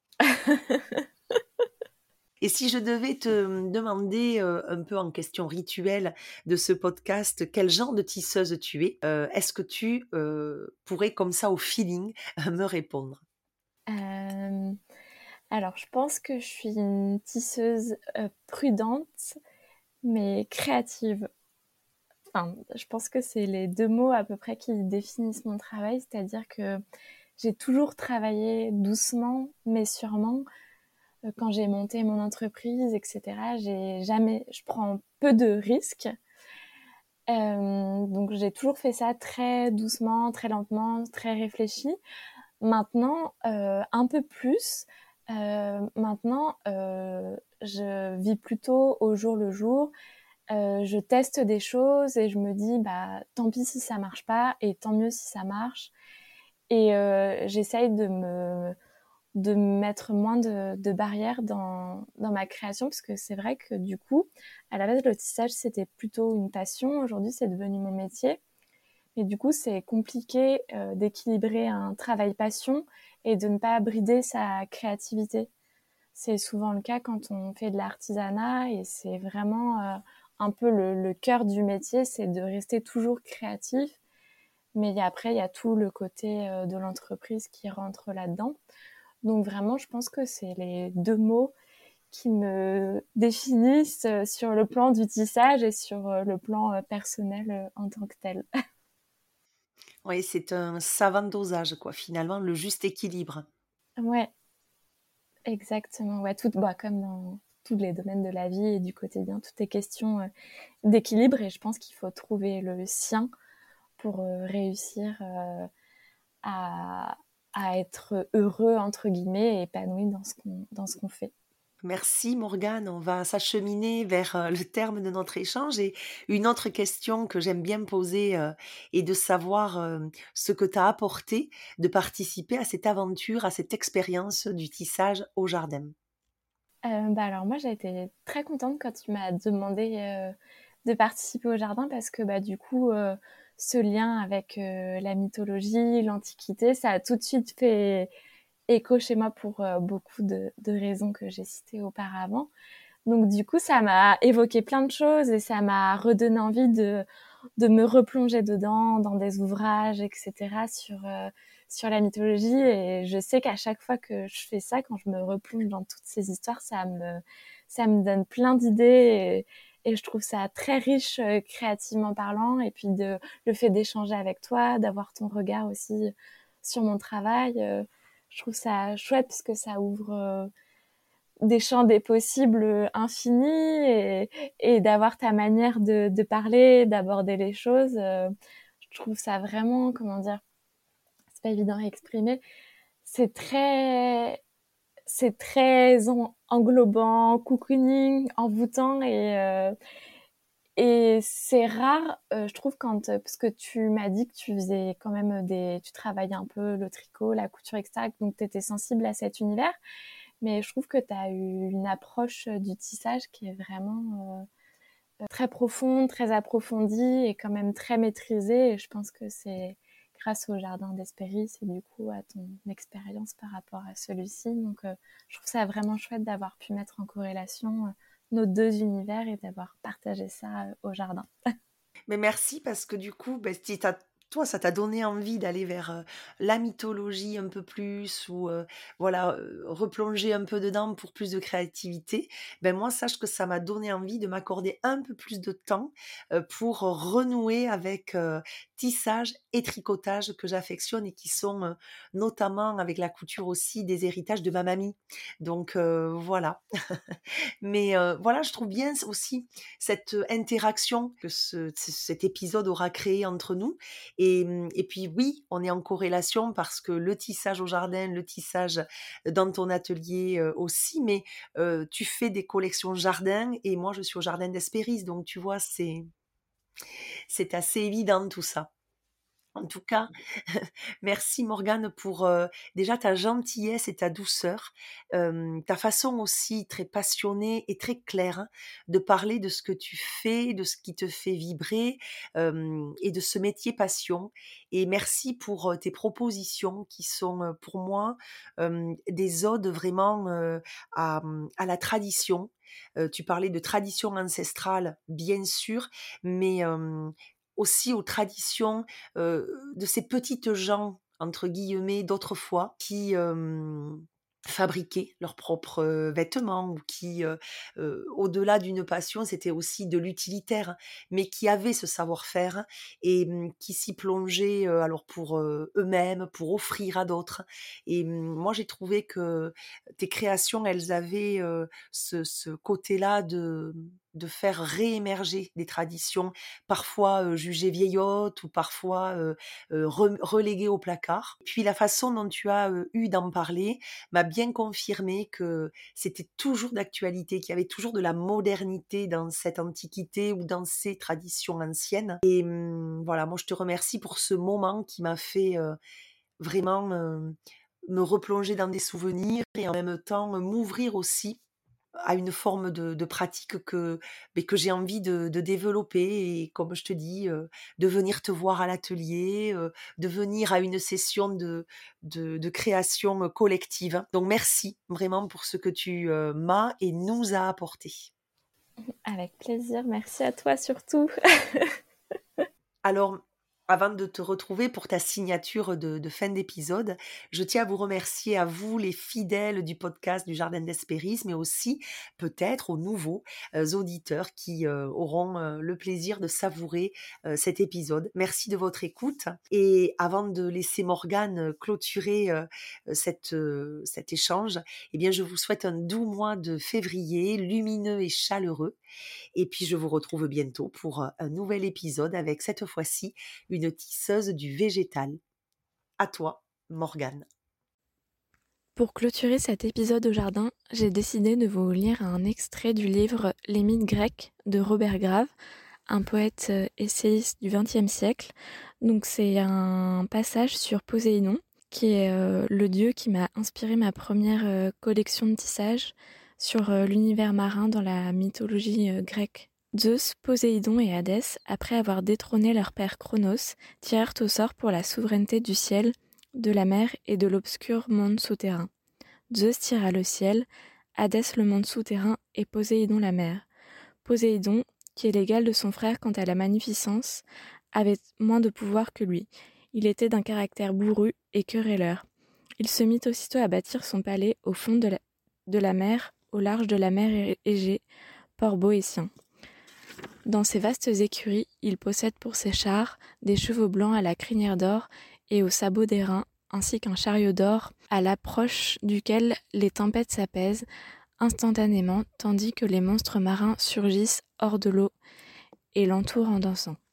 Et si je devais te, mmh, demander, heu, un peu en question rituelle de ce podcast, quel genre de tisseuse tu es? Heu, est-ce que tu, heu, pourrais comme ça au feeling me répondre? Euh, alors, je pense que je suis une tisseuse euh, prudente, mais créative. Enfin, je pense que c'est les deux mots à peu près qui définissent mon travail, c'est-à-dire que j'ai toujours travaillé doucement, mais sûrement. Euh, Quand j'ai monté mon entreprise, et cetera, j'ai jamais, je prends peu de risques. Euh, donc j'ai toujours fait ça très doucement, très lentement, très réfléchi. Maintenant, euh, un peu plus. Euh, maintenant, euh, je vis plutôt au jour le jour. Euh, je teste des choses et je me dis, bah, tant pis si ça marche pas et tant mieux si ça marche. Et euh, j'essaye de me de mettre moins de, de barrières dans, dans ma création, parce que c'est vrai que du coup, à la base, le tissage, c'était plutôt une passion. Aujourd'hui, c'est devenu mon métier. Et du coup, c'est compliqué euh, d'équilibrer un travail passion et de ne pas brider sa créativité. C'est souvent le cas quand on fait de l'artisanat et c'est vraiment euh, un peu le, le cœur du métier, c'est de rester toujours créatif. Mais après, il y a tout le côté euh, de l'entreprise qui rentre là-dedans. Donc vraiment, je pense que c'est les deux mots qui me définissent euh, sur le plan du tissage et sur euh, le plan euh, personnel euh, en tant que tel. Oui, c'est un savant dosage, quoi, finalement, le juste équilibre. Ouais, exactement. Ouais, tout, bah, comme dans tous les domaines de la vie et du quotidien, tout est question euh, d'équilibre et je pense qu'il faut trouver le sien pour euh, réussir euh, à, à être heureux, entre guillemets, et épanoui dans ce qu'on, dans ce qu'on fait. Merci Morgane, on va s'acheminer vers euh, le terme de notre échange et une autre question que j'aime bien poser euh, est de savoir euh, ce que t'as apporté de participer à cette aventure, à cette expérience du tissage au jardin. Euh, bah alors moi j'ai été très contente quand tu m'as demandé euh, de participer au jardin parce que bah du coup euh, ce lien avec euh, la mythologie, l'Antiquité, ça a tout de suite fait écho chez moi pour euh, beaucoup de, de raisons que j'ai citées auparavant. Donc du coup ça m'a évoqué plein de choses et ça m'a redonné envie de de me replonger dedans, dans des ouvrages, et cetera, sur, euh, sur la mythologie. Et je sais qu'à chaque fois que je fais ça, quand je me replonge dans toutes ces histoires, ça me, ça me donne plein d'idées. Et, et je trouve ça très riche, euh, créativement parlant. Et puis de, le fait d'échanger avec toi, d'avoir ton regard aussi sur mon travail, euh, je trouve ça chouette parce que ça ouvre euh, des champs des possibles infinis et, et d'avoir ta manière de, de parler, d'aborder les choses. Euh, je trouve ça vraiment, comment dire, c'est pas évident à exprimer. C'est très, c'est très en- englobant, cocooning, envoûtant et euh, et c'est rare, euh, je trouve, quand parce que tu m'as dit que tu faisais quand même des, tu travaillais un peu le tricot, la couture, et cetera. Donc tu étais sensible à cet univers. Mais je trouve que tu as eu une approche du tissage qui est vraiment euh, très profonde, très approfondie et quand même très maîtrisée. Et je pense que c'est grâce au jardin d'Hespéris et du coup à ton expérience par rapport à celui-ci. Donc euh, je trouve ça vraiment chouette d'avoir pu mettre en corrélation euh, nos deux univers et d'avoir partagé ça euh, au jardin. Mais merci parce que du coup, ben, si t'as- toi, ça t'a donné envie d'aller vers euh, la mythologie un peu plus ou euh, voilà, euh, replonger un peu dedans pour plus de créativité. Ben moi, sache que ça m'a donné envie de m'accorder un peu plus de temps euh, pour renouer avec euh, tissage et tricotage que j'affectionne et qui sont euh, notamment avec la couture aussi des héritages de ma mamie. Donc euh, voilà. Mais euh, voilà, je trouve bien aussi cette euh, interaction que ce, c- cet épisode aura créé entre nous. Et, hum, et puis oui, on est en corrélation parce que le tissage au jardin, le tissage dans ton atelier euh, aussi, mais euh, tu fais des collections jardin et moi je suis au jardin d'Hespéris, donc tu vois, c'est c'est assez évident tout ça. En tout cas, merci Morgane pour euh, déjà ta gentillesse et ta douceur, euh, ta façon aussi très passionnée et très claire hein, de parler de ce que tu fais, de ce qui te fait vibrer euh, et de ce métier passion. Et merci pour euh, tes propositions qui sont euh, pour moi euh, des odes vraiment euh, à, à la tradition. Euh, tu parlais de tradition ancestrale, bien sûr, mais euh, aussi aux traditions euh, de ces petites gens, entre guillemets, d'autrefois, qui euh, fabriquaient leurs propres euh, vêtements ou qui, euh, euh, au-delà d'une passion, c'était aussi de l'utilitaire, mais qui avaient ce savoir-faire et hum, qui s'y plongeaient euh, alors pour euh, eux-mêmes, pour offrir à d'autres. Et hum, moi, j'ai trouvé que tes créations, elles avaient euh, ce, ce côté-là de de faire réémerger des traditions parfois euh, jugées vieillottes ou parfois euh, euh, re- reléguées au placard. Puis la façon dont tu as euh, eu d'en parler m'a bien confirmé que c'était toujours d'actualité, qu'il y avait toujours de la modernité dans cette antiquité ou dans ces traditions anciennes. Et hum, voilà, moi je te remercie pour ce moment qui m'a fait euh, vraiment euh, me replonger dans des souvenirs et en même temps euh, m'ouvrir aussi à une forme de, de pratique que, mais que j'ai envie de, de développer et comme je te dis, euh, de venir te voir à l'atelier, euh, de venir à une session de, de, de création collective. Donc merci vraiment pour ce que tu euh, m'as et nous as apporté. Avec plaisir, merci à toi surtout. Alors, Avant de te retrouver pour ta signature de, de fin d'épisode, je tiens à vous remercier à vous, les fidèles du podcast du Jardin d'Hespéris, mais aussi peut-être aux nouveaux euh, auditeurs qui euh, auront euh, le plaisir de savourer euh, cet épisode. Merci de votre écoute. Et avant de laisser Morgane clôturer euh, cette, euh, cet échange, eh bien, je vous souhaite un doux mois de février, lumineux et chaleureux. Et puis, je vous retrouve bientôt pour un nouvel épisode avec cette fois-ci une tisseuse du végétal. À toi, Morgane. Pour clôturer cet épisode au jardin, j'ai décidé de vous lire un extrait du livre Les mythes grecs de Robert Grave, un poète essayiste du vingtième siècle. Donc c'est un passage sur Poséidon, qui est euh, le dieu qui m'a inspiré ma première euh, collection de tissage sur euh, l'univers marin dans la mythologie euh, grecque. Zeus, Poséidon et Hadès, après avoir détrôné leur père Cronos, tirèrent au sort pour la souveraineté du ciel, de la mer et de l'obscur monde souterrain. Zeus tira le ciel, Hadès le monde souterrain et Poséidon la mer. Poséidon, qui est l'égal de son frère quant à la magnificence, avait moins de pouvoir que lui. Il était d'un caractère bourru et querelleur. Il se mit aussitôt à bâtir son palais au fond de la, de la mer, au large de la mer Égée, port boétien. Dans ses vastes écuries, il possède pour ses chars des chevaux blancs à la crinière d'or et aux sabots d'airain, ainsi qu'un chariot d'or à l'approche duquel les tempêtes s'apaisent instantanément, tandis que les monstres marins surgissent hors de l'eau et l'entourent en dansant.